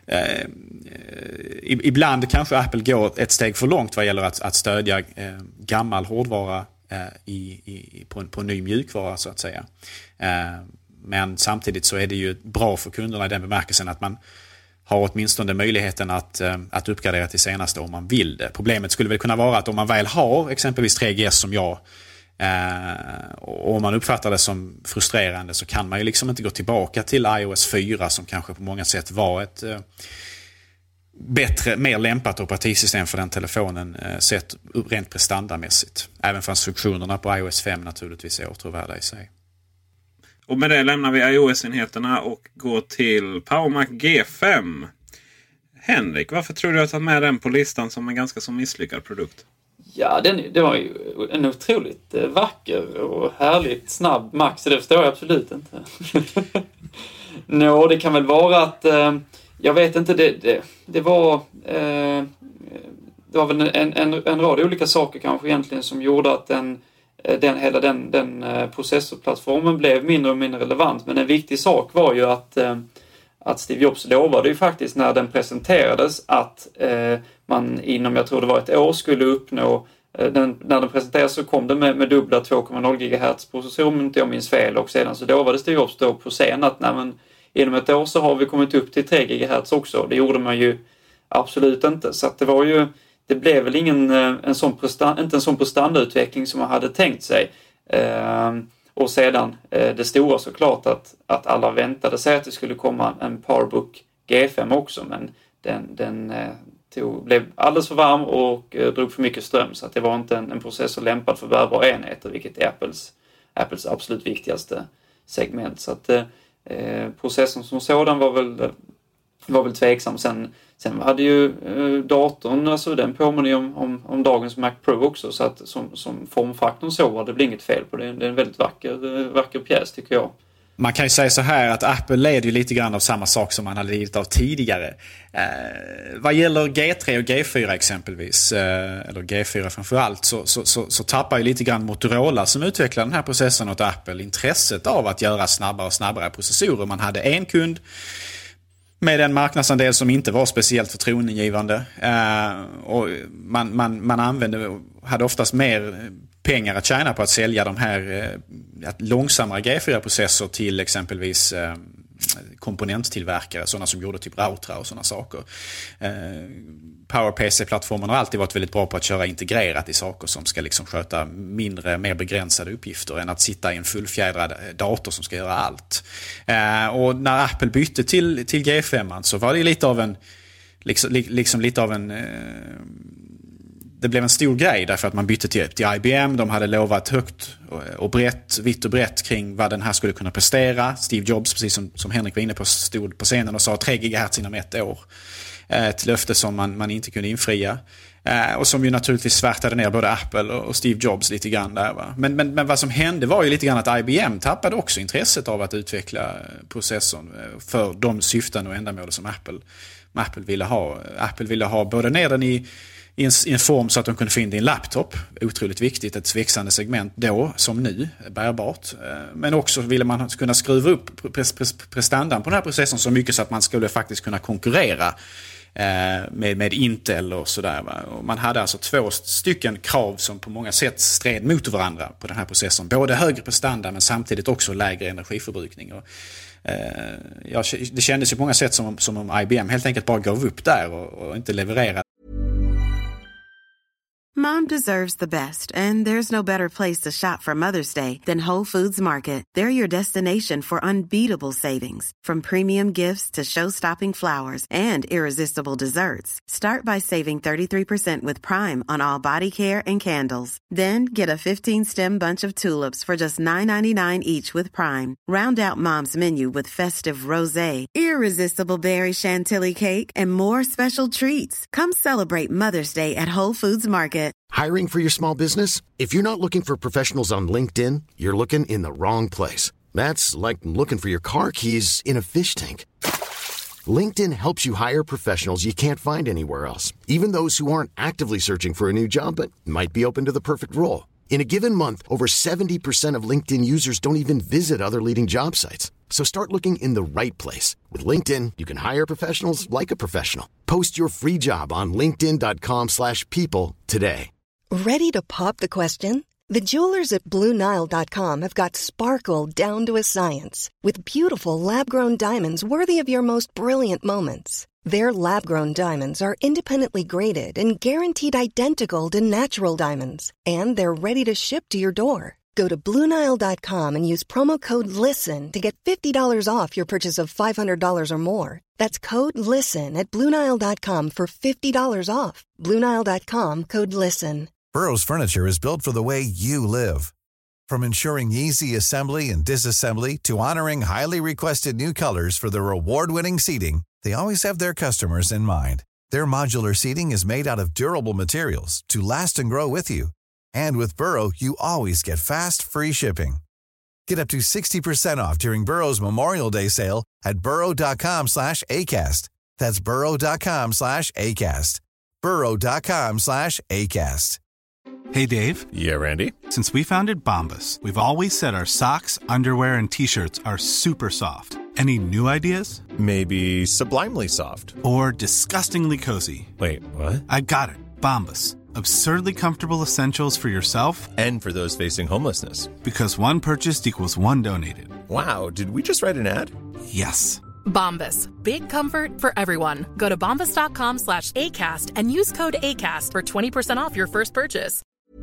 ibland kanske Apple går ett steg för långt vad gäller att stödja gammal hårdvara på en ny mjukvara så att säga. Men samtidigt så är det ju bra för kunderna i den bemärkelsen att man har åtminstone möjligheten att uppgradera till senaste om man vill det. Problemet skulle väl kunna vara att om man väl har exempelvis 3GS som jag, och om man uppfattar det som frustrerande, så kan man ju liksom inte gå tillbaka till iOS 4 som kanske på många sätt var ett bättre, mer lämpat operativsystem för den telefonen sett rent prestandamässigt. Även fast funktionerna på iOS 5 naturligtvis är åtråvärda i sig. Och med det lämnar vi iOS-enheterna och går till PowerMac G5. Henrik, varför tror du att ta med den på listan som en ganska så misslyckad produkt? Ja, det var ju en otroligt vacker och härligt snabb Mac, så det förstår jag absolut inte. Det kan väl vara att jag vet inte, det var väl en rad olika saker kanske egentligen som gjorde att hela den processorplattformen blev mindre och mindre relevant. Men en viktig sak var ju att Steve Jobs lovade ju faktiskt när den presenterades att man inom, jag tror det var ett år, skulle uppnå när den presenterades så kom det med dubbla 2,0 GHz processor om inte jag minns fel, och sedan så lovade Steve Jobs då på scen att inom ett år så har vi kommit upp till 3 GHz också. Det gjorde man ju absolut inte, så att det blev väl inte en sån prestandautveckling som man hade tänkt sig. Och sedan det stora såklart att alla väntade sig att det skulle komma en PowerBook G5 också, men den blev alldeles för varm och drog för mycket ström, så att det var inte en processor lämpad för bärbara enheter, vilket är Apples absolut viktigaste segment. Så att processorn som sådan var väl tveksam. Sen hade ju datorn, alltså den påminner ju om dagens Mac Pro också, så att som formfaktorn så var det blir inget fel på det. Det är en väldigt vacker pjäs tycker jag. Man kan ju säga så här att Apple leder ju lite grann av samma sak som man hade lidit av tidigare. Vad gäller G3 och G4 exempelvis, eller G4 framförallt, så tappar ju lite grann Motorola som utvecklar den här processorn åt Apple intresset av att göra snabbare och snabbare processorer. Man hade en kund med en marknadsandel som inte var speciellt förtroendegivande. Och man hade oftast mer pengar att tjäna på att sälja de här långsammare G4-processor till exempelvis komponenttillverkare, sådana som gjorde typ routrar och sådana saker. PowerPC-plattformen har alltid varit väldigt bra på att köra integrerat i saker som ska liksom sköta mindre, mer begränsade uppgifter än att sitta i en fullfjädrad dator som ska göra allt. Och när Apple bytte till G5 så var det lite av en det blev en stor grej därför att man bytte till IBM. De hade lovat högt och brett, vitt och brett kring vad den här skulle kunna prestera. Steve Jobs, precis som Henrik var inne på, stod på scenen och sa 3 GHz inom ett år. Ett löfte som man inte kunde infria. Och som ju naturligtvis svärtade ner både Apple och Steve Jobs lite grann där. Va? Men vad som hände var ju lite grann att IBM tappade också intresset av att utveckla processorn för de syften och ändamål som Apple ville ha. Apple ville ha både ner den i en form så att de kunde få in det i en laptop. Otroligt viktigt, ett växande segment då som nu, bärbart. Men också ville man kunna skruva upp prestandan på den här processorn så mycket så att man skulle faktiskt kunna konkurrera med Intel och sådär. Och man hade alltså 2 stycken krav som på många sätt stred mot varandra på den här processorn. Både högre prestanda men samtidigt också lägre energiförbrukning. Och det kändes ju på många sätt som om IBM helt enkelt bara gav upp där och inte levererade. Mom deserves the best, and there's no better place to shop for Mother's Day than Whole Foods Market. They're your destination for unbeatable savings, from premium gifts to show-stopping flowers and irresistible desserts. Start by saving 33% with Prime on all body care and candles. Then get a 15-stem bunch of tulips for just $9.99 each with Prime. Round out Mom's menu with festive rosé, irresistible berry chantilly cake, and more special treats. Come celebrate Mother's Day at Whole Foods Market Market. Hiring for your small business? If you're not looking for professionals on LinkedIn, you're looking in the wrong place. That's like looking for your car keys in a fish tank. LinkedIn helps you hire professionals you can't find anywhere else, even those who aren't actively searching for a new job but might be open to the perfect role. In a given month, over 70% of LinkedIn users don't even visit other leading job sites. So start looking in the right place. With LinkedIn, you can hire professionals like a professional. Post your free job on linkedin.com/people today. Ready to pop the question? The jewelers at BlueNile.com have got sparkle down to a science with beautiful lab-grown diamonds worthy of your most brilliant moments. Their lab-grown diamonds are independently graded and guaranteed identical to natural diamonds, and they're ready to ship to your door. Go to BlueNile.com and use promo code LISTEN to get $50 off your purchase of $500 or more. That's code LISTEN at BlueNile.com for $50 off. BlueNile.com, code LISTEN. Burrow's furniture is built for the way you live. From ensuring easy assembly and disassembly to honoring highly requested new colors for their award-winning seating, they always have their customers in mind. Their modular seating is made out of durable materials to last and grow with you. And with Burrow, you always get fast, free shipping. Get up to 60% off during Burrow's Memorial Day sale at burrow.com/ACAST. That's burrow.com/ACAST. burrow.com/ACAST. Hey, Dave. Yeah, Randy. Since we founded Bombas, we've always said our socks, underwear, and T-shirts are super soft. Any new ideas? Maybe sublimely soft. Or disgustingly cozy. Wait, what? I got it. Bombas. Absurdly comfortable essentials for yourself and for those facing homelessness. Because one purchased equals one donated. Wow, did we just write an ad? Yes. Bombas. Big comfort for everyone. Go to bombas.com/ACAST and use code ACAST for 20% off your first purchase.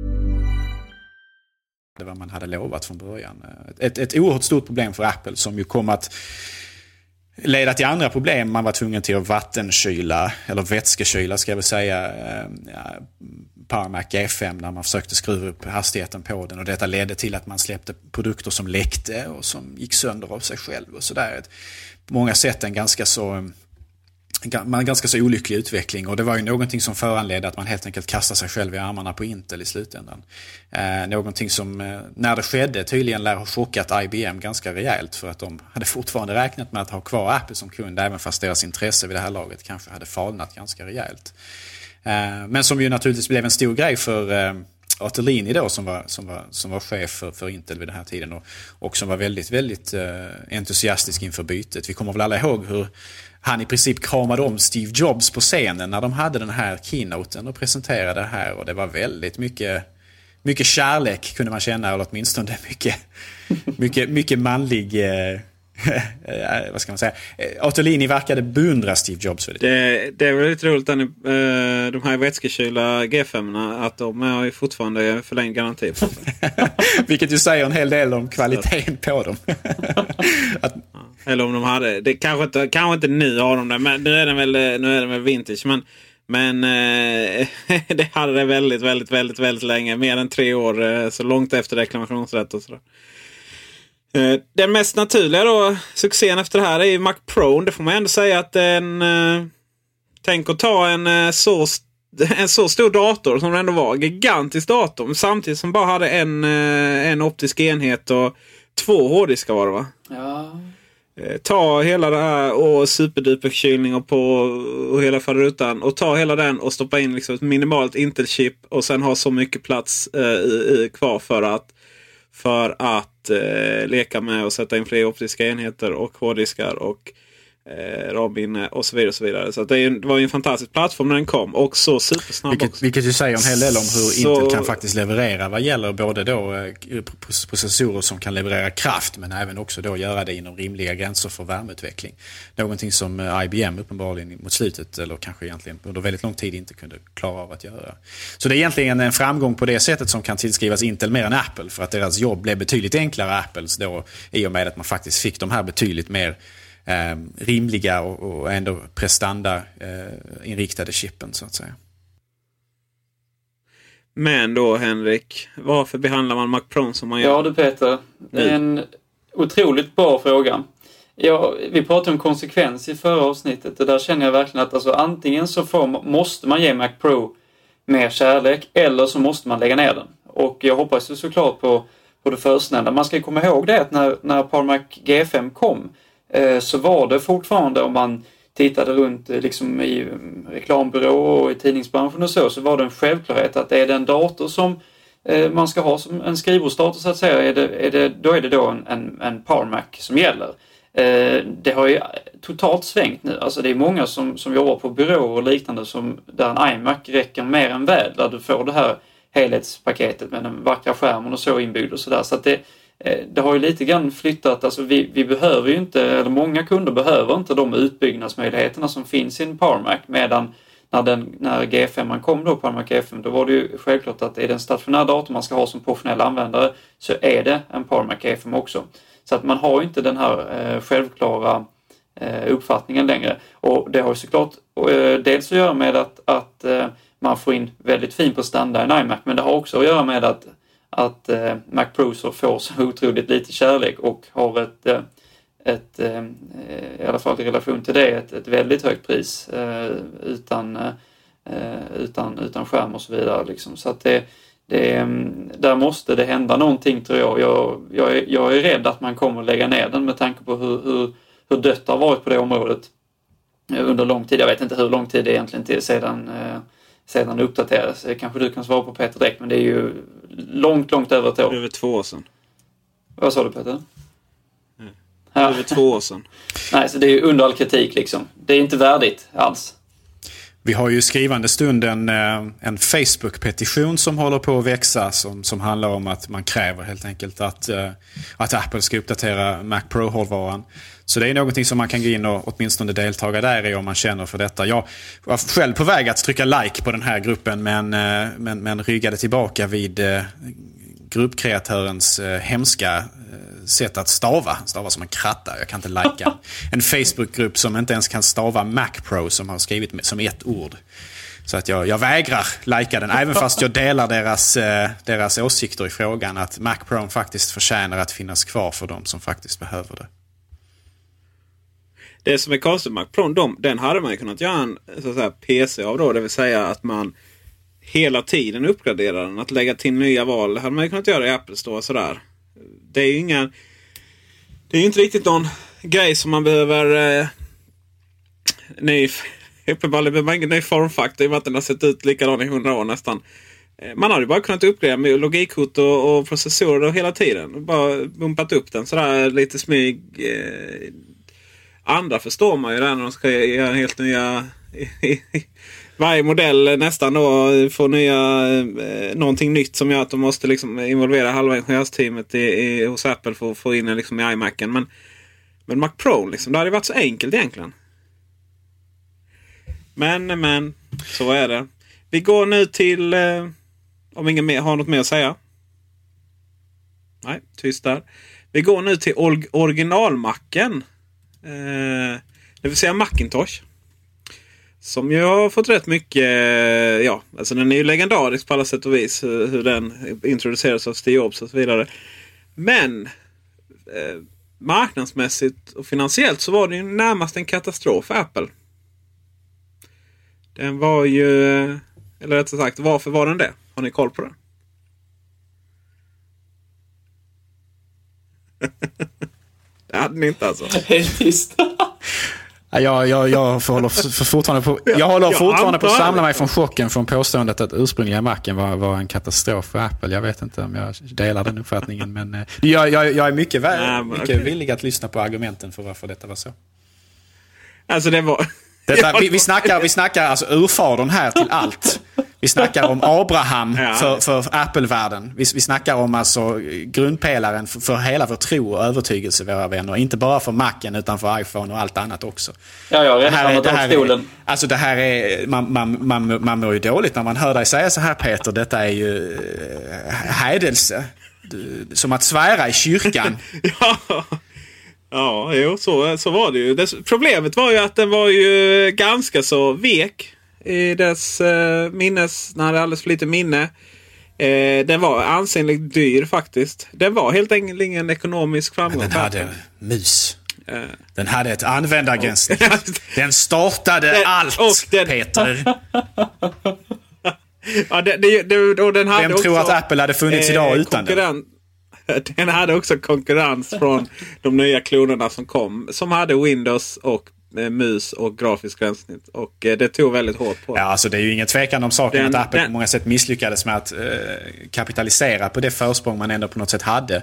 Det var man hade lovat från början. Ett oerhört stort problem för Apple som ju kom att leda till andra problem. Man var tvungen till att vattenkyla, eller vätskekyla ska jag väl säga, Power Mac G5 när man försökte skruva upp hastigheten på den. Och detta ledde till att man släppte produkter som läckte och som gick sönder av sig själv. Och sådär. På många sätt en ganska så olycklig utveckling. Och det var ju någonting som föranledde att man helt enkelt kastade sig själv i armarna på Intel i slutändan. Någonting som, när det skedde, tydligen lär ha chockat IBM ganska rejält. För att de hade fortfarande räknat med att ha kvar Apple som kund, även fast deras intresse vid det här laget kanske hade falnat ganska rejält. Men som ju naturligtvis blev en stor grej för Ottolini då, som var chef för Intel vid den här tiden och som var väldigt, väldigt entusiastisk inför bytet. Vi kommer väl alla ihåg hur han i princip kramade om Steve Jobs på scenen när de hade den här keynoten och presenterade det här, och det var väldigt mycket kärlek kunde man känna, eller åtminstone mycket manlig vad ska man säga. Ottolini verkade beundra Steve Jobs väldigt. Det är väl lite roligt att de här vätskekyla G5-erna, att de har ju fortfarande förlängd garanti på sig. Vilket ju säger en hel del om kvaliteten på dem. Eller om de hade, det kanske inte nu har de det, men nu är det väl vintage, men det hade det väldigt, väldigt, väldigt, väldigt länge, mer än 3 år, så långt efter reklamationsrätt och sådär. Den mest naturliga då, succén efter det här är ju Mac Pro. Det får man ändå säga att tänk att ta en så stor dator som det ändå var, gigantisk dator, samtidigt som bara hade en optisk enhet och 2 hårddiskar var det, va? Ja. Ta hela det här och superduper kylning och hela faderutan, och ta hela den och stoppa in liksom ett minimalt Intel-chip och sen ha så mycket plats kvar för att leka med och sätta in fler optiska enheter och hårddiskar och RAM-minne och så vidare och så vidare. Så att det var ju en fantastisk plattform när den kom, och så supersnabb också. Vilket ju säger en hel del om hur Intel kan faktiskt leverera vad gäller både då processorer som kan leverera kraft, men även också då göra det inom rimliga gränser för värmeutveckling. Någonting som IBM uppenbarligen mot slutet, eller kanske egentligen under väldigt lång tid, inte kunde klara av att göra. Så det är egentligen en framgång på det sättet som kan tillskrivas Intel mer än Apple, för att deras jobb blev betydligt enklare Apples då, i och med att man faktiskt fick de här betydligt mer rimliga och ändå prestanda inriktade chippen, så att säga. Men då, Henrik, varför behandlar man Mac Pro som man gör? Ja du Peter, det är en otroligt bra fråga. Vi pratade om konsekvens i förra avsnittet, och där känner jag verkligen att alltså, antingen så måste man ge Mac Pro mer kärlek, eller så måste man lägga ner den. Och jag hoppas ju såklart på det förstnämnda. Man ska komma ihåg det att när PowerMac G5 kom så var det fortfarande, om man tittade runt liksom i reklambyrå och i tidningsbranschen och så var det en självklarhet att det är den dator som man ska ha som en skrivbordsdator så att säga, då är det en PowerMac som gäller. Det har ju totalt svängt nu. Alltså det är många som jobbar på byråer och liknande där en iMac räcker mer än väl, där du får det här helhetspaketet med den vackra skärmen och så inbyggd och sådär. Så att det har ju lite grann flyttat. Alltså vi behöver ju inte, eller många kunder behöver inte de utbyggnadsmöjligheterna som finns i en PowerMac, medan när G5 kom då, PowerMac G5, då var det ju självklart att det är den stationära datorn man ska ha som professionell användare, så är det en PowerMac G5 också. Så att man har inte den här självklara uppfattningen längre. Och det har ju såklart dels att göra med att man får in väldigt fint på standard i iMac, men det har också att göra med att Mac Pro så får så otroligt lite kärlek och har i alla fall i relation till det ett väldigt högt pris utan skärm och så vidare liksom. Så att där måste det hända någonting, tror jag är rädd att man kommer att lägga ner den med tanke på hur dött det har varit på det området under lång tid. Jag vet inte hur lång tid det egentligen till sedan uppdaterades. Kanske du kan svara på, Peter, direkt, men det är ju långt över ett år. Över 2 år sedan. Vad sa du, Peter? Över 2 år sedan. Nej, så det är ju under all kritik liksom. Det är inte värdigt alls. Vi har ju skrivande stund en Facebook-petition som håller på att växa som handlar om att man kräver helt enkelt att Apple ska uppdatera Mac Pro-hårdvaran. Så det är någonting som man kan gå in och åtminstone deltaga där i om man känner för detta. Jag var själv på väg att trycka like på den här gruppen men ryggade tillbaka vid gruppkreatörens hemska sätt att stava som en kratta. Jag kan inte lajka en Facebookgrupp som inte ens kan stava Mac Pro, som har skrivit som ett ord. Så att jag vägrar lajka den, även fast jag delar deras åsikter i frågan att Mac Pro faktiskt förtjänar att finnas kvar för de som faktiskt behöver det. Det som är konstigt med Mac Pro, den hade man ju kunnat göra en så att säga, PC av då, det vill säga att man hela tiden uppgraderar den, att lägga till nya val hade man ju kunnat göra i Apple Store och sådär. Det är ju inte riktigt någon grej som man behöver ny formfaktor i och med att den har sett ut likadan i 100 år nästan. Man hade ju bara kunnat uppgradera med logikkort och processorer hela tiden. Bara bumpat upp den sådär lite smyg. Andra förstår man ju där när de ska göra helt nya... Varje modell nästan då får någonting nytt som gör att de måste liksom involvera halva ingenjörsteamet hos Apple för att få in den liksom i iMacen. Men Mac Pro liksom, det hade varit så enkelt egentligen. Men så är det. Vi går nu till om ingen mer har något mer att säga. Nej, tyst där. Vi går nu till originalmacken. Det vill säga Macintosh. Som ju har fått rätt mycket, alltså den är ju legendarisk på alla sätt och vis, hur den introducerades av Steve Jobs och så vidare. Men marknadsmässigt och finansiellt så var det ju närmast en katastrof för Apple. Den var ju, eller rättare sagt, varför var den det? Har ni koll på det? Det hade ni inte alltså. Helt tyst. Jag håller fortfarande på att samla mig från chocken från påståendet att ursprungliga Macen var en katastrof för Apple. Jag vet inte om jag delar den uppfattningen, men jag är mycket villig att lyssna på argumenten för varför detta var så. Alltså det var... Vi snackar alltså urfadern här till allt. Vi snackar om Abraham för Apple-världen. Vi snackar om alltså grundpelaren för hela vår tro och övertygelse, våra vänner. Inte bara för Macen utan för iPhone och allt annat också. Det här är man mår ju dåligt när man hör dig säga så här, Peter. Detta är ju hädelse. Som att svära i kyrkan. Ja, jo, så var det ju. Problemet var ju att den var ju ganska så vek i dess minnes, när det alldeles för lite minne. Den var ansenligt dyr faktiskt. Den var helt enkelt ingen ekonomisk framgång. Men den hade mus. Den hade ett användargränssnitt. Den startade allt, Peter. Ja, och den hade Vem tror att Apple hade funnits idag utan den? Den hade också konkurrens från de nya klonerna som kom. Som hade Windows och mus och grafisk gränssnitt. Och det tog väldigt hårt på. Ja, alltså det är ju ingen tvekan om saken att Apple på många sätt misslyckades med att kapitalisera på det försprång man ändå på något sätt hade.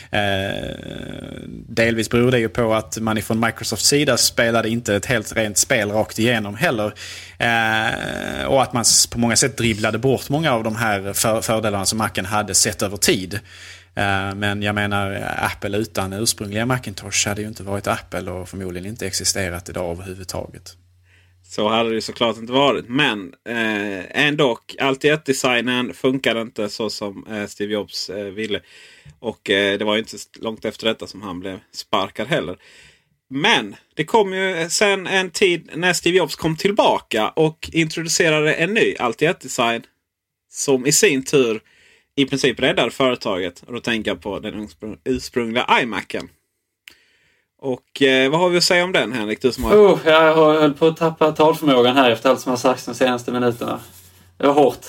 Delvis beror det ju på att man ifrån Microsofts sida spelade inte ett helt rent spel rakt igenom heller. Och att man på många sätt dribblade bort många av de här fördelarna som Macen hade sett över tid. Men jag menar, Apple utan ursprungliga Macintosh hade ju inte varit Apple och förmodligen inte existerat idag överhuvudtaget. Så hade det såklart inte varit. Men ändå, Allt-i-ett-designen funkade inte så som Steve Jobs ville. Och det var ju inte långt efter detta som han blev sparkad heller. Men det kom ju sen en tid när Steve Jobs kom tillbaka och introducerade en ny Allt-i-ett-design som i sin tur i princip räddade företaget. Och då tänker jag på den ursprungliga iMacen. Och vad har vi att säga om den, Henrik? Du som har... jag höll på att tappa talförmågan här efter allt som har sagts de senaste minuterna. Det var hårt.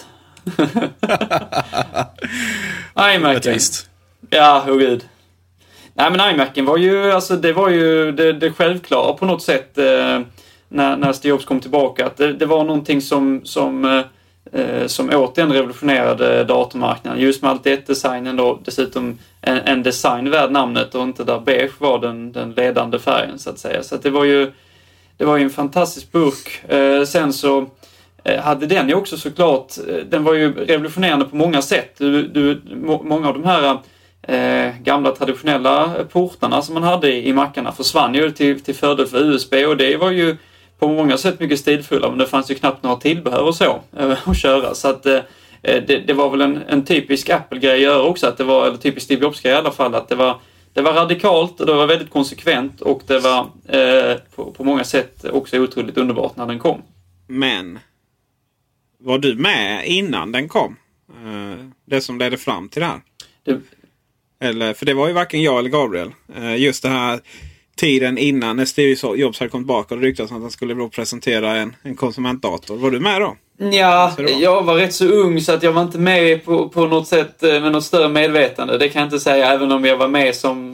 iMacen. Ja, gud. Nej, men iMacen var ju, alltså det var ju det självklara på något sätt när Steve Jobs kom tillbaka. Att det var någonting som återigen revolutionerade datormarknaden. Just med Allt-i-ett-designen då, dessutom en design värd namnet och inte där beige var den ledande färgen så att säga. Så att det var ju en fantastisk burk. Sen så hade den ju också såklart, den var ju revolutionerande på många sätt. Många av de här gamla traditionella portarna som man hade i Macarna försvann ju till fördel för USB, och det var ju på många sätt mycket stilfulla, men det fanns ju knappt några tillbehör och så att köra. Så att det var väl en typisk Apple-grej att göra också, att det var, eller typisk Steve Jobs-grej i alla fall, att det var radikalt och det var väldigt konsekvent, och det var på många sätt också otroligt underbart när den kom. Men var du med innan den kom? Det som ledde fram till det här? Eller, för det var ju varken jag eller Gabriel. Just det här tiden innan när Steve Jobs hade kommit tillbaka och det ryktas att han skulle då presentera en konsumentdator. Var du med då? Ja, jag var rätt så ung så att jag var inte med på något sätt med något större medvetande. Det kan jag inte säga, även om jag var med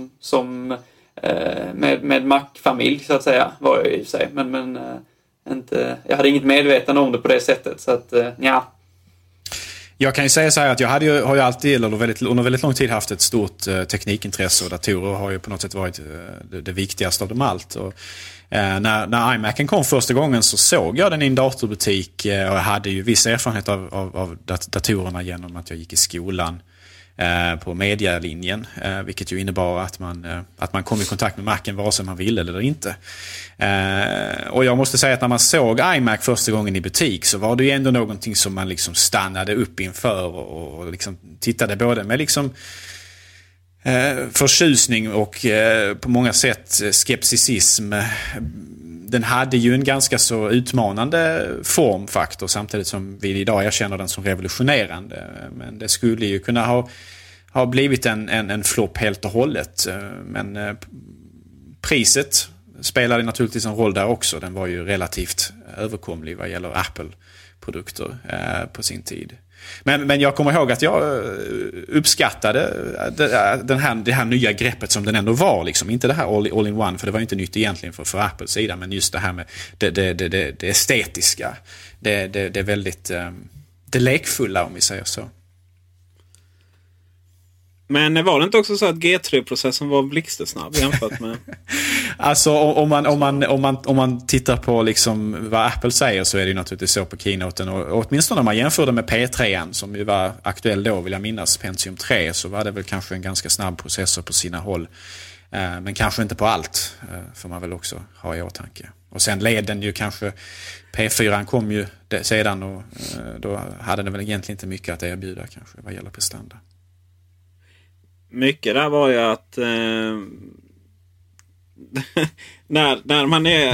med Mac-familj så att säga, var jag i sig. Men inte, jag hade inget medvetande om det på det sättet, så att ja. Jag kan ju säga så här att jag har ju alltid under väldigt lång tid haft ett stort teknikintresse, och datorer har ju på något sätt varit det viktigaste av dem allt. Och, när iMacen kom första gången så såg jag den i en datorbutik, och jag hade ju viss erfarenhet av datorerna genom att jag gick i skolan på medialinjen, vilket ju innebar att man kom i kontakt med Macen vare sig man ville eller inte. Och jag måste säga att när man såg iMac första gången i butik så var det ju ändå någonting som man liksom stannade upp inför och liksom tittade både med liksom förtjusning och på många sätt skepticism. Den hade ju en ganska så utmanande formfaktor, samtidigt som vi idag erkänner den som revolutionerande. Men det skulle ju kunna ha blivit en flopp helt och hållet. Men priset spelade naturligtvis en roll där också. Den var ju relativt överkomlig vad gäller Apple-produkter på sin tid. Men jag kommer ihåg att jag uppskattade det här nya greppet som den ändå var. Liksom. Inte det här all-in-one, för det var inte nytt egentligen för Apples sida. Men just det här med det estetiska. Det är väldigt det lekfulla, om vi säger så. Men var det inte också så att G3-processen var blixtsnabb jämfört med... Alltså om man tittar på liksom vad Apple säger, så är det ju naturligtvis så på keynoten, och åtminstone när man jämför det med P3 som ju var aktuell då, vill jag minnas, Pentium 3, så var det väl kanske en ganska snabb processor på sina håll. Men kanske inte på allt, får man väl också ha i åtanke. Och sen led den ju kanske, P4 kom ju sedan, och då hade den väl egentligen inte mycket att erbjuda kanske vad gäller prestanda. Mycket där var ju att när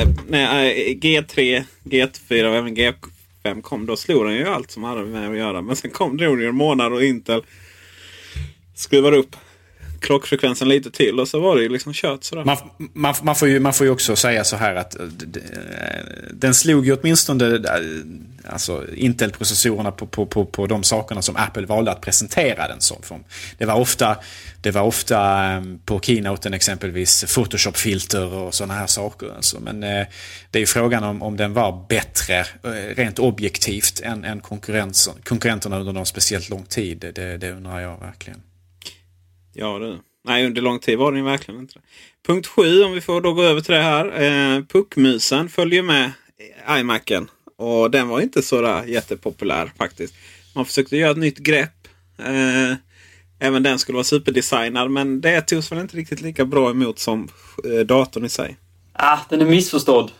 G3, G4 och även G5 kom, då slog den ju allt som hade med att göra. Men sen kom det ju en månad och Intel skruvar upp klockfrekvensen lite till och så var det ju liksom kört sådär. Man får ju också säga så här att den slog ju åtminstone alltså Intel-processorerna på de sakerna som Apple valde att presentera den som. Det var ofta på keynoten exempelvis Photoshop-filter och sådana här saker. Alltså. Men det är ju frågan om den var bättre rent objektivt än konkurrenterna under någon speciellt lång tid. Det undrar jag verkligen. Ja, nej, under lång tid var det verkligen inte det. Punkt 7, om vi får då gå över till det här. Puckmusen följer med iMacen. Och den var inte så där jättepopulär faktiskt. Man försökte göra ett nytt grepp. Även den skulle vara superdesignad. Men det togs väl inte riktigt lika bra emot som datorn i sig. Den är missförstådd.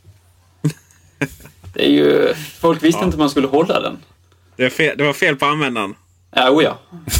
Det är ju... Folk visste inte man skulle hålla den. Det var fel på användaren. Ja.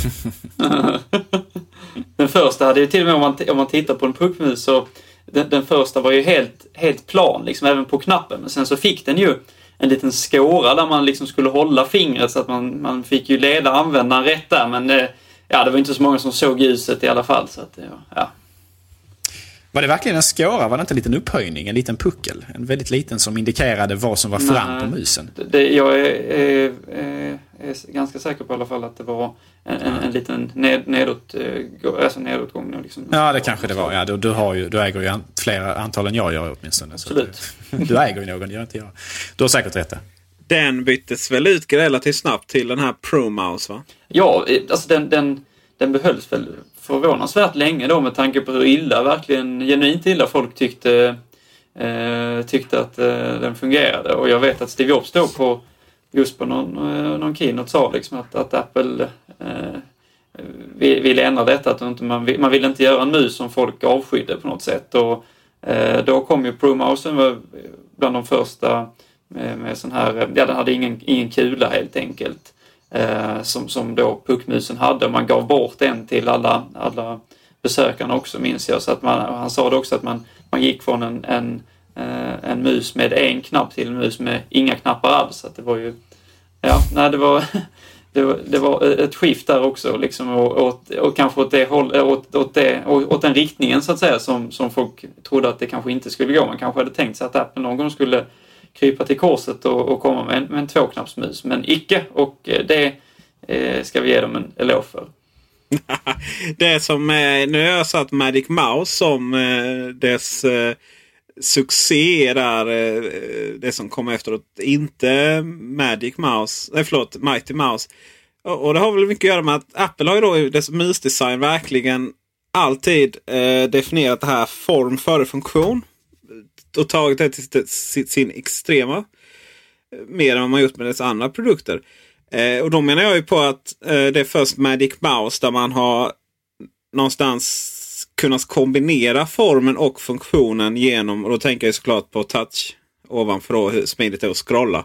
Den första hade ju till och med om man tittar på en puckmus så den första var ju helt plan liksom, även på knappen. Men sen så fick den ju en liten skåra där man liksom skulle hålla fingret så att man fick ju leda användaren rätt där. Men det var inte så många som såg ljuset i alla fall. Så att, ja. Var det verkligen en skåra? Var det inte en liten upphöjning? En liten puckel? En väldigt liten som indikerade vad som var fram på musen? Jag är ganska säker på i alla fall att det var en liten nedåtgång. Liksom. Ja, det kanske det var. Ja, du äger ju fler antal än jag gör åtminstone. Absolut. Så du äger ju någon, gör inte jag. Du har säkert rätt. Den byttes väl ut relativt snabbt till den här Pro Mouse, va? Ja, alltså den behölls väl förvånansvärt länge då med tanke på hur verkligen genuint illa folk tyckte att den fungerade. Och jag vet att Steve Jobs då på någon keynote sa liksom att Apple ville ändra detta. Att man ville inte göra en mus som folk avskydde på något sätt. Och då kom ju Pro Mouse bland de första med sån här, den hade ingen kula helt enkelt. Som då puckmusen hade. Man gav bort en till alla besökarna också, minns jag. Så att han sa det också att man gick från en mus med en knapp till en mus med inga knappar alls. Så att det var ju det var ett skift där också liksom, och kanske åt den riktningen så att säga som folk trodde att det kanske inte skulle gå. Man kanske hade tänkt sig att Apple någon gång skulle krypa till korset och komma med en tvåknappsmus, men icke, och det ska vi ge dem en eloge för. Det är som nu har jag satt Magic Mouse som dess succé där, det som kom efteråt, inte Magic Mouse, Mighty Mouse. Och det har väl mycket att göra med att Apple har ju då i dess musdesign verkligen alltid definierat det här form före funktion och tagit det till sin extrema mer än vad man gjort med dess andra produkter. Och då menar jag ju på att det är först Magic Mouse där man har någonstans kunnat kombinera formen och funktionen genom, och då tänker jag såklart på touch ovanför och hur smidigt det är att scrolla.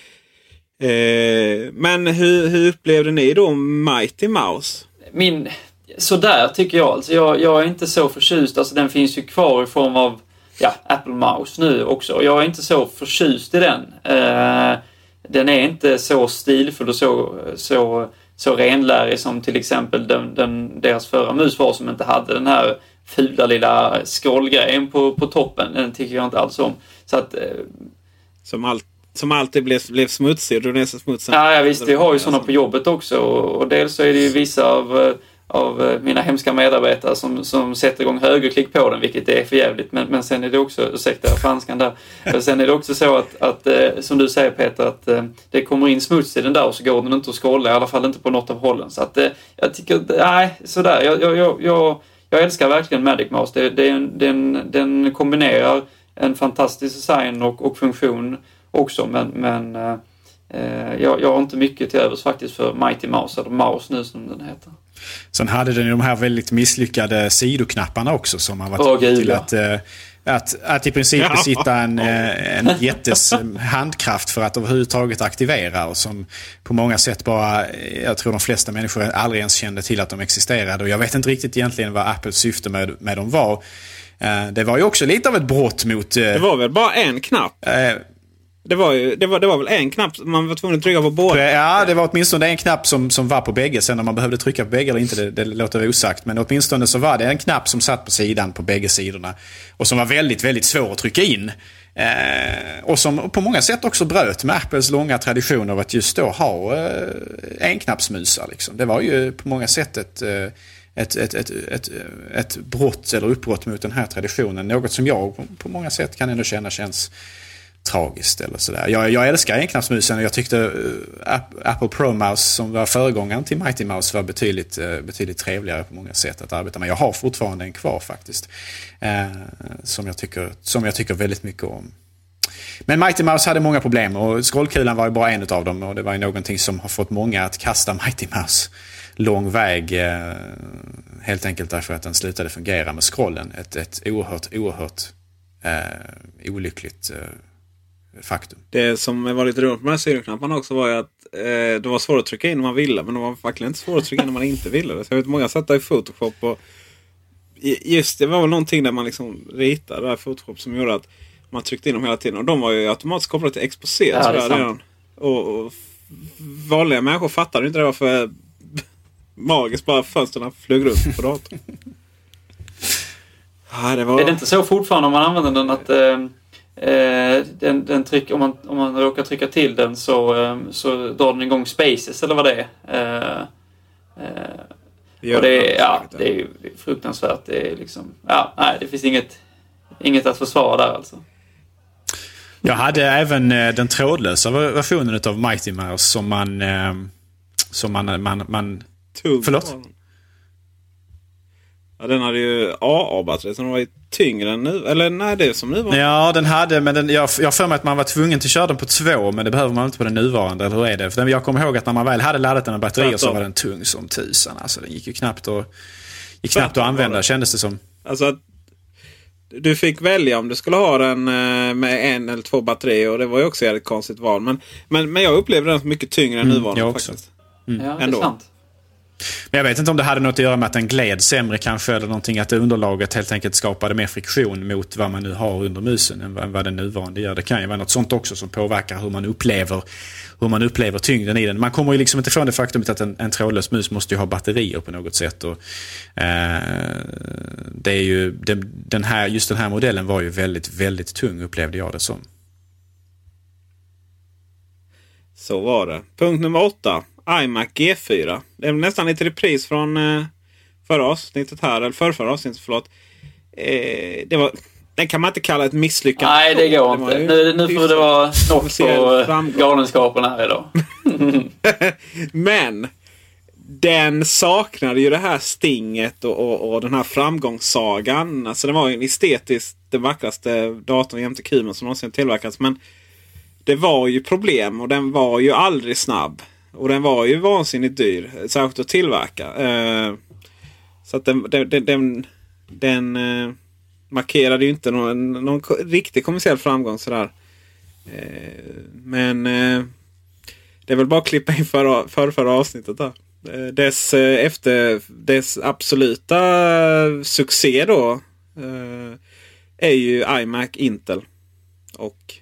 Men hur upplevde ni då Mighty Mouse? Sådär tycker jag. Alltså jag är inte så förtjust. Alltså den finns ju kvar i form av Apple Mouse nu också. Jag är inte så förtjust i den. Den är inte så stilfull och så renlärig som till exempel deras förra mus var, som inte hade den här fula lilla scrollgrejen på toppen. Den tycker jag inte alls om. Så att, som alltid blev smutsig och drog ner sig smutsen. Ja, visst. Vi har ju sådana på jobbet också. Och dels så är det ju vissa av mina hemska medarbetare som sätter igång högerklick på den, vilket är för jävligt. Men sen är det också, ursäkta franskan där, sen är det också så att som du säger Peter, att det kommer in smuts i den där och så går den inte att scrolla, i alla fall inte på något av hållen. Så att jag tycker, nej, sådär. Jag älskar verkligen Magic Mouse. Den kombinerar en fantastisk design och funktion också, men jag har inte mycket till övers faktiskt för Mighty Mouse, eller Mouse nu som den heter. Sen hade den ju de här väldigt misslyckade sidoknapparna också som har varit till att i princip besitta en jättes handkraft för att överhuvudtaget aktivera, och som på många sätt bara, jag tror de flesta människor aldrig ens kände till att de existerade, och jag vet inte riktigt egentligen vad Apples syfte med dem var. Det var ju också lite av ett brott mot... Det var väl bara en knapp? Det var väl en knapp man var tvungen att trycka på båda? Ja, det var åtminstone en knapp som var på bägge. Sen om man behövde trycka på bägge eller inte, det låter väl osagt. Men åtminstone så var det en knapp som satt på sidan på bägge sidorna. Och som var väldigt, väldigt svår att trycka in. Och som på många sätt också bröt med Apples långa tradition av att just då ha enknappsmusar. Liksom. Det var ju på många sätt ett brott eller uppbrott mot den här traditionen. Något som jag på många sätt kan ändå känns tragiskt eller sådär. Jag älskar enknappsmusen och jag tyckte Apple Pro Mouse som var föregångaren till Mighty Mouse var betydligt trevligare på många sätt att arbeta med. Jag har fortfarande en kvar faktiskt. Som jag tycker väldigt mycket om. Men Mighty Mouse hade många problem och scrollkulan var ju bara en av dem och det var ju någonting som har fått många att kasta Mighty Mouse lång väg helt enkelt därför att den slutade fungera med scrollen. Ett oerhört olyckligt faktum. Det som var lite roligt med de här syroknapparna också var ju att det var svårt att trycka in när man ville, men det var faktiskt inte svårt att trycka in när man inte ville. Så jag vet många satt där i Photoshop och just det var väl någonting där man liksom ritade där i Photoshop som gjorde att man tryckte in dem hela tiden och de var ju automatiskt kopplade till Exposé. Ja, det är sant. Och vanliga människor fattade inte det var för magiskt bara fönsterna flög runt på datorn. Ja, det var... Är det inte så fortfarande om man använder den att den tryck, om man råkar trycka till den så drar den igång spaces eller vad det är. Och det är ju fruktansvärt. Det är liksom, det finns inget att försvara där alltså. Jag hade även den trådlösa versionen av Mighty Mouse som man förlåt? Ja, den hade ju AA-batteri som var ju tyngre än nu. Eller nej, det är som nu var. Ja, den hade, men jag för mig att man var tvungen till att köra den på 2, men det behöver man inte på den nuvarande, eller hur är det? För jag kommer ihåg att när man väl hade laddat den med batterier så var den tung som tusan. Alltså den gick ju knappt att använda, kändes det som. Alltså att du fick välja om du skulle ha den med 1 eller 2 batterier och det var ju också ett konstigt val. Men jag upplevde den mycket tyngre än nuvarande faktiskt. Ja, det är sant. Men jag vet inte om det hade något att göra med att den gled sämre kanske eller någonting, att underlaget helt enkelt skapade mer friktion mot vad man nu har under musen än vad den nuvarande gör. Det kan ju vara något sånt också som påverkar hur man upplever tyngden i den. Man kommer ju liksom inte ifrån det faktumet att en trådlös mus måste ju ha batterier på något sätt och det är ju den här modellen var ju väldigt, väldigt tung, upplevde jag det som. Så var det. Punkt nummer 8. iMac G4. Det är nästan lite repris från förra avsnittet här. Eller förra avsnittet, förlåt. Den kan man inte kalla ett misslyckande. Nej, det går inte. Nu får det vara snopp på galenskapen här idag. Men den saknade ju det här stinget och den här framgångssagan. Alltså den var ju estetiskt den vackraste datorn jämte kuben som någonsin tillverkats. Men det var ju problem och den var ju aldrig snabb. Och den var ju vansinnigt dyr, särskilt att tillverka. Så att den markerade ju inte någon riktig kommersiell framgång sådär. Men det är väl bara att klippa in förra avsnittet där. Dess absoluta succé då är ju iMac Intel. Och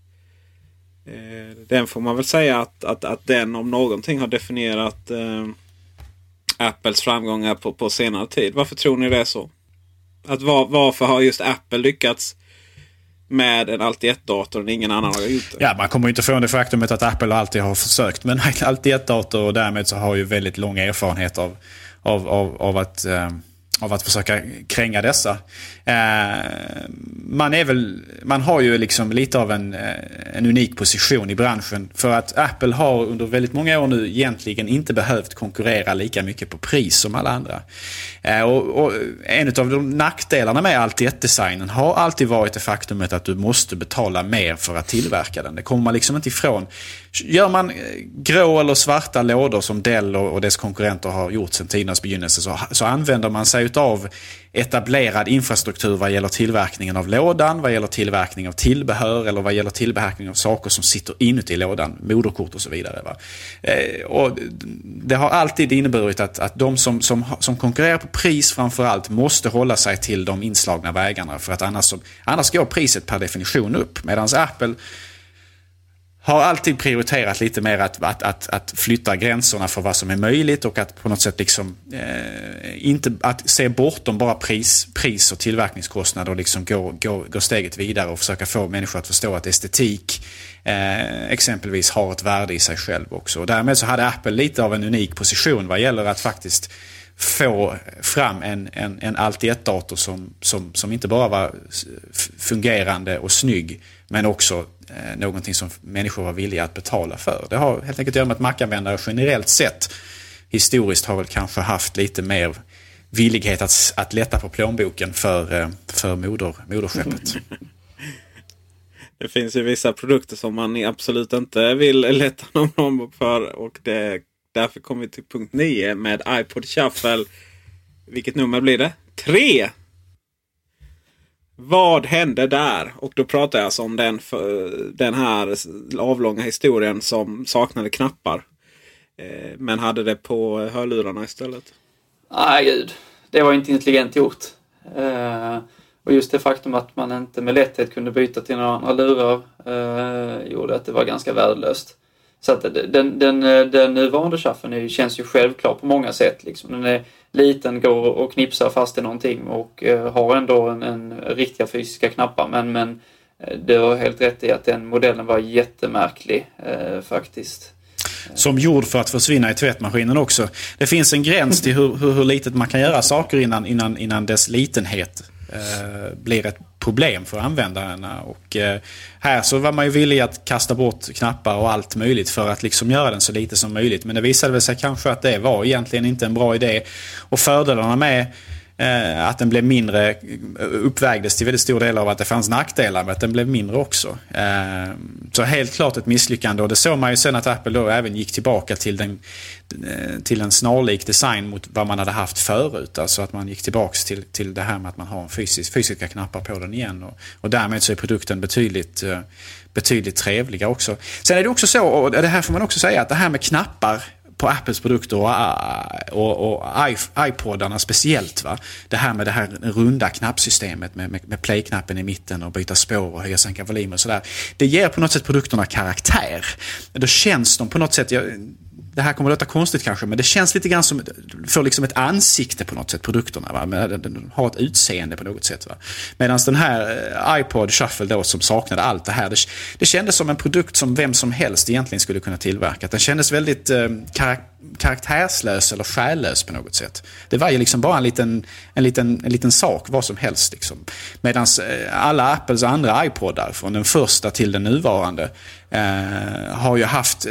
den får man väl säga att den om någonting har definierat Apples framgångar på senare tid. Varför tror ni det är så? Varför har just Apple lyckats med en Alti-1-dator och ingen annan har gjort det? Ja, man kommer ju inte från det faktumet att Apple alltid har försökt med en Alti-1-dator och därmed så har ju väldigt lång erfarenhet av att försöka kränga dessa. Man har ju liksom lite av en unik position i branschen för att Apple har under väldigt många år nu egentligen inte behövt konkurrera lika mycket på pris som alla andra. Och en av de nackdelarna med Alti-1-designen har alltid varit det faktumet att du måste betala mer för att tillverka den. Det kommer man liksom inte ifrån. Gör man grå eller svarta lådor som Dell och dess konkurrenter har gjort sedan tidernas begynnelse så använder man sig av etablerad infrastruktur vad gäller tillverkningen av lådan, vad gäller tillverkning av tillbehör eller vad gäller tillverkning av saker som sitter inuti lådan, moderkort och så vidare. Va? Och det har alltid inneburit att de som konkurrerar på pris framförallt måste hålla sig till de inslagna vägarna för att annars går priset per definition upp. Medan Apple har alltid prioriterat lite mer att flytta gränserna för vad som är möjligt och att på något sätt liksom inte att se bortom bara pris och tillverkningskostnader och liksom gå steget vidare och försöka få människor att förstå att estetik exempelvis har ett värde i sig själv också. Och därmed så hade Apple lite av en unik position vad gäller att faktiskt få fram en allt-i-ett-dator som inte bara var fungerande och snygg men också någonting som människor var villiga att betala för. Det har helt enkelt att göra med att Mac-användare generellt sett historiskt har väl kanske haft lite mer villighet att lätta på plånboken för moderskeppet. Det finns ju vissa produkter som man absolut inte vill lätta någon plånbok för, och därför kommer vi till punkt 9 med iPod Shuffle. Vilket nummer blir det? 3! Vad hände där? Och då pratar jag alltså om den här avlånga historien som saknade knappar. Men hade det på hörlurarna istället. Nej, gud. Det var inte intelligent gjort. Och just det faktum att man inte med lätthet kunde byta till några andra lurar gjorde att det var ganska värdelöst. Så att den nuvarande shufflen känns ju självklar på många sätt. Liksom. Den är liten, går och knipsar fast i någonting och har ändå en riktiga fysiska knappar. Men det var helt rätt i att den modellen var jättemärklig faktiskt. Som gjord för att försvinna i tvättmaskinen också. Det finns en gräns till hur litet man kan göra saker innan dess litenhet blir ett problem för användarna. Och här så var man ju villig att kasta bort knappar och allt möjligt för att liksom göra den så lite som möjligt. Men det visade väl sig kanske att det var egentligen inte en bra idé. Och fördelarna med att den blev mindre uppvägdes till väldigt stor del av att det fanns nackdelar med att den blev mindre också. Så helt klart ett misslyckande, och det såg man ju sen att Apple då även gick tillbaka till en snarlik design mot vad man hade haft förut. Alltså att man gick tillbaka till det här med att man har fysiska knappar på den igen, och därmed så är produkten betydligt trevligare också. Sen är det också så, och det här får man också säga, att det här med knappar på Apples produkter och iPodarna speciellt, va? Det här med det här runda knappsystemet med play-knappen i mitten och byta spår och höja sänka volym och sådär. Det ger på något sätt produkterna karaktär. Då känns de på något sätt, det här kommer att låta konstigt kanske, men det känns lite grann som får liksom ett ansikte på något sätt, produkterna, va? Men den har ett utseende på något sätt, va? Medan den här iPod Shuffle då, som saknade allt det här, det kändes som en produkt som vem som helst egentligen skulle kunna tillverka. Den kändes väldigt karaktärslös eller själlös på något sätt. Det var ju liksom bara en liten sak, vad som helst liksom. Medan alla Apples andra iPodar, från den första till den nuvarande, har ju haft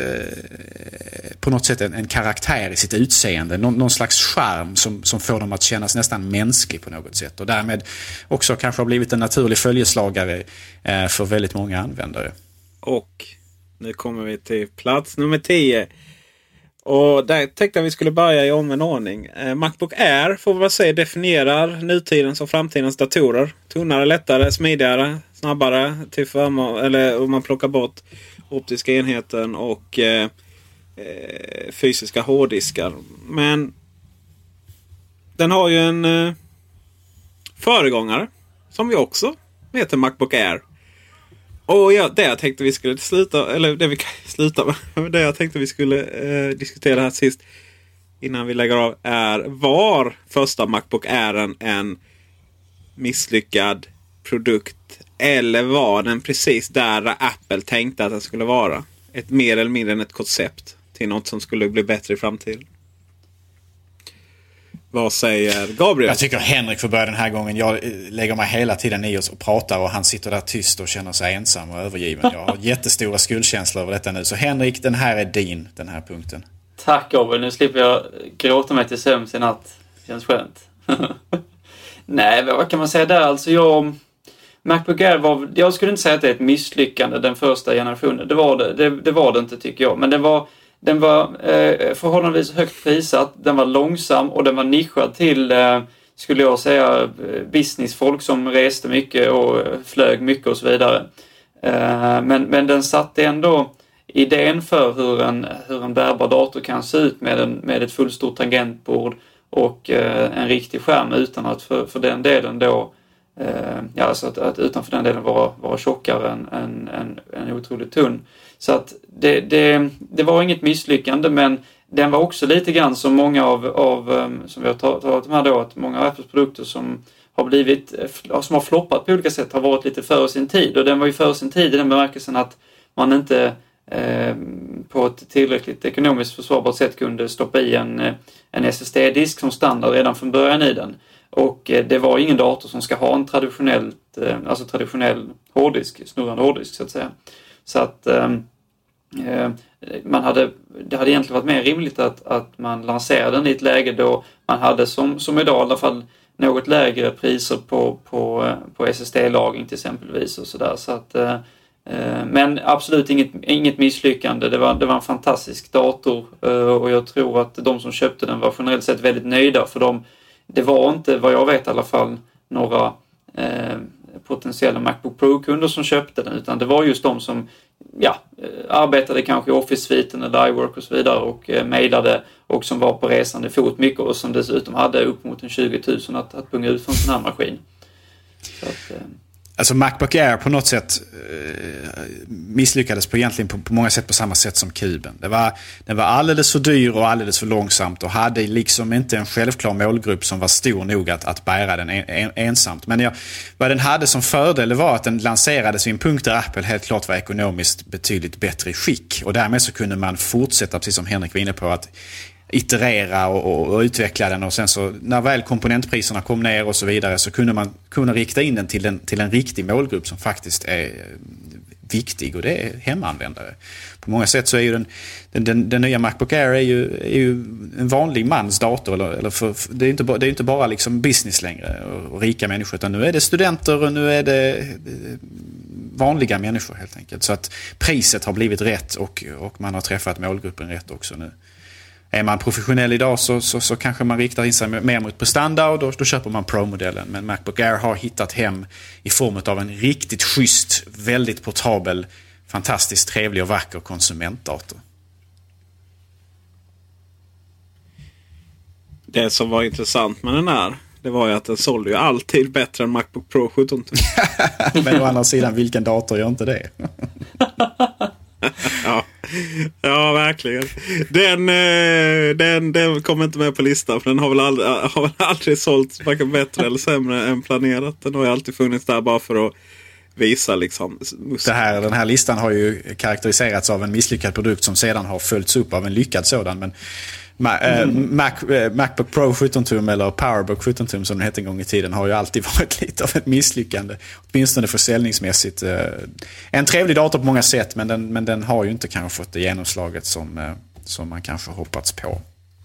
på något sätt en karaktär i sitt utseende, någon slags charm som får dem att kännas nästan mänsklig på något sätt, och därmed också kanske har blivit en naturlig följeslagare för väldigt många användare. Och nu kommer vi till plats nummer 10. Och där tänkte jag vi skulle börja i omvänd ordning. MacBook Air får vi väl säga definierar nutidens och framtidens datorer. Tunnare, lättare, smidigare, snabbare till eller om man plockar bort optiska enheten och fysiska hårddiskar. Men den har ju en föregångare som vi också heter MacBook Air. Och det jag tänkte vi skulle sluta, eller det vi kan sluta med, det jag tänkte vi skulle diskutera här sist innan vi lägger av, var första MacBook Air en misslyckad produkt, eller var den precis där Apple tänkte att den skulle vara? Ett mer eller mindre än ett koncept till något som skulle bli bättre i framtiden. Vad säger Gabriel? Jag tycker Henrik får börja den här gången. Jag lägger mig hela tiden i oss och pratar, och han sitter där tyst och känner sig ensam och övergiven. Jag har jättestora skuldkänslor över detta nu. Så Henrik, den här är din, den här punkten. Tack Gabriel, nu slipper jag gråta mig till sömns i natt. Känns skönt. Nej, vad kan man säga där? Alltså MacBook Air jag skulle inte säga att det är ett misslyckande, den första generationen. Det var det inte, tycker jag. Men den var förhållandevis högt prissatt, den var långsam och den var nischad till, skulle jag säga, businessfolk som reste mycket och flög mycket och så vidare. Men den satte ändå idén för hur en bärbar dator kan se ut med ett fullstort tangentbord och en riktig skärm, utan att för den delen då alltså att utanför den delen vara tjockare än otroligt tunn. Så att det var inget misslyckande, men den var också lite grann som många av som vi har talat om här då, att många av Apples produkter som har floppat på olika sätt har varit lite före sin tid. Och den var ju före sin tid i den bemärkelsen att man inte på ett tillräckligt ekonomiskt försvarbart sätt kunde stoppa i en SSD-disk som standard redan från början i den. Och det var ingen dator som ska ha en traditionell hårddisk, snurrande hårddisk så att säga. Så att det hade egentligen varit mer rimligt att man lanserade den i ett läge då man hade som idag i alla fall något lägre priser på SSD-lagring till exempelvis och sådär. Så att, men absolut inget misslyckande. Det var en fantastisk dator och jag tror att de som köpte den var generellt sett väldigt nöjda, för det var inte, vad jag vet i alla fall, några potentiella MacBook Pro-kunder som köpte den, utan det var just de som arbetade kanske i Office-sviten eller iWork och så vidare och mejlade och som var på resande fot mycket och som dessutom hade upp mot 20 000 att punga ut från sån här maskin. Så att, alltså MacBook Air på något sätt misslyckades egentligen på många sätt på samma sätt som kuben. Den var alldeles för dyr och alldeles för långsamt och hade liksom inte en självklar målgrupp som var stor nog att bära den ensamt. Men vad den hade som fördel var att den lanserades vid en punkt där Apple helt klart var ekonomiskt betydligt bättre i skick. Och därmed så kunde man fortsätta, precis som Henrik var inne på, att iterera och utveckla den, och sen så när väl komponentpriserna kom ner och så vidare så kunde man rikta in den till en riktig målgrupp som faktiskt är viktig, och det är hemmaanvändare. På många sätt så är ju den nya MacBook Air är ju en vanlig mans dator, det är inte bara liksom business längre och rika människor, utan nu är det studenter och nu är det vanliga människor helt enkelt. Så att priset har blivit rätt och man har träffat målgruppen rätt också nu. Är man professionell idag så kanske man riktar in sig mer mot prestanda, och då köper man Pro-modellen. Men MacBook Air har hittat hem i form av en riktigt schysst, väldigt portabel, fantastiskt trevlig och vacker konsumentdator. Det som var intressant med den här, det var ju att den sålde ju alltid bättre än MacBook Pro 17. Men å andra sidan, vilken dator gör inte det? Ja, verkligen. Den kommer inte med på listan, för den har väl aldrig sålt varken bättre eller sämre än planerat. Den har ju alltid funnits där bara för att visa liksom. Den här listan har ju karaktäriserats av en misslyckad produkt som sedan har följts upp av en lyckad sådan, men MacBook Pro 17 tum eller Powerbook 17 tum som den hette en gång i tiden har ju alltid varit lite av ett misslyckande, åtminstone försäljningsmässigt. En trevlig dator på många sätt, men den har ju inte kanske fått det genomslaget som man kanske hoppats på.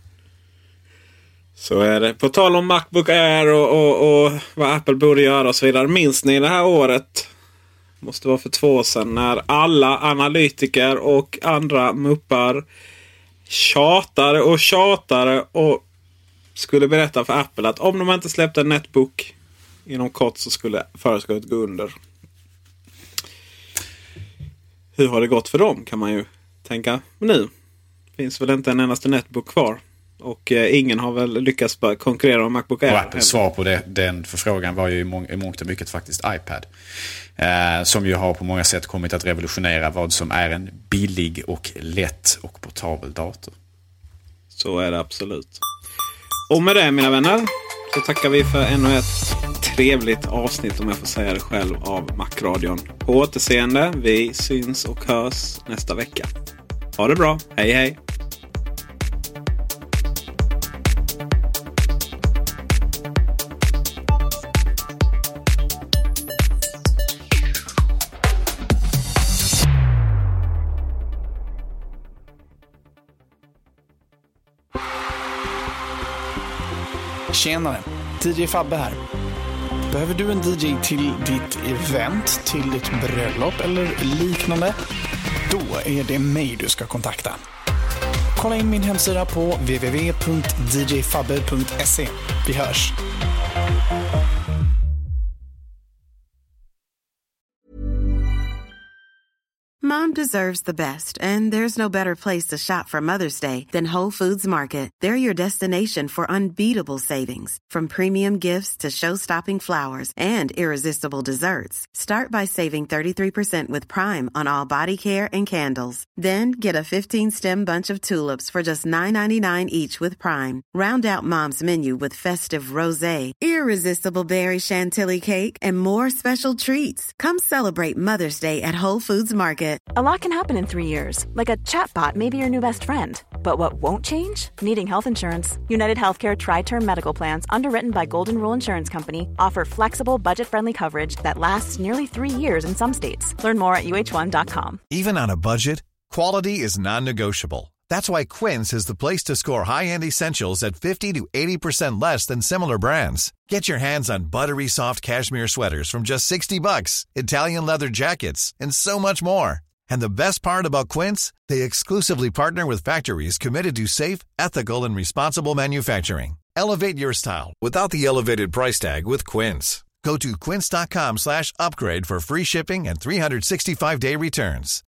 Så är det. På tal om MacBook Air och vad Apple borde göra och så vidare. Minns ni det här året? Måste vara för 2 år sedan, när alla analytiker och andra muppar tjatade och skulle berätta för Apple att om de inte släppte en netbook inom kort så skulle företaget gå under. Hur har det gått för dem, kan man ju tänka nu. Finns väl inte en endaste netbook kvar. Och ingen har väl lyckats konkurrera om MacBook Air. Och Apples svar på den förfrågan var ju i mångt och mycket faktiskt iPad. Som ju har på många sätt kommit att revolutionera vad som är en billig och lätt och portabel dator. Så är det absolut. Och med det, mina vänner, så tackar vi för ännu ett trevligt avsnitt, om jag får säga det själv, av Macradion. På återseende, vi syns och hörs nästa vecka. Ha det bra, hej hej! Tjenare, DJ Fabbe här. Behöver du en DJ till ditt event, till ditt bröllop eller liknande? Då är det mig du ska kontakta. Kolla in min hemsida på www.djfabbe.se. Vi hörs! Mom deserves the best, and there's no better place to shop for Mother's Day than Whole Foods Market. They're your destination for unbeatable savings, from premium gifts to show-stopping flowers and irresistible desserts. Start by saving 33% with Prime on all body care and candles. Then get a 15-stem bunch of tulips for just $9.99 each with Prime. Round out Mom's menu with festive rosé, irresistible berry chantilly cake, and more special treats. Come celebrate Mother's Day at Whole Foods Market. A lot can happen in 3 years, like a chatbot may be your new best friend. But what won't change? Needing health insurance. United Healthcare Tri-Term Medical Plans, underwritten by Golden Rule Insurance Company, offer flexible, budget-friendly coverage that lasts nearly 3 years in some states. Learn more at uh1.com. Even on a budget, quality is non-negotiable. That's why Quince is the place to score high-end essentials at 50 to 80% less than similar brands. Get your hands on buttery soft cashmere sweaters from just $60, Italian leather jackets, and so much more. And the best part about Quince, they exclusively partner with factories committed to safe, ethical, and responsible manufacturing. Elevate your style without the elevated price tag with Quince. Go to quince.com/upgrade for free shipping and 365-day returns.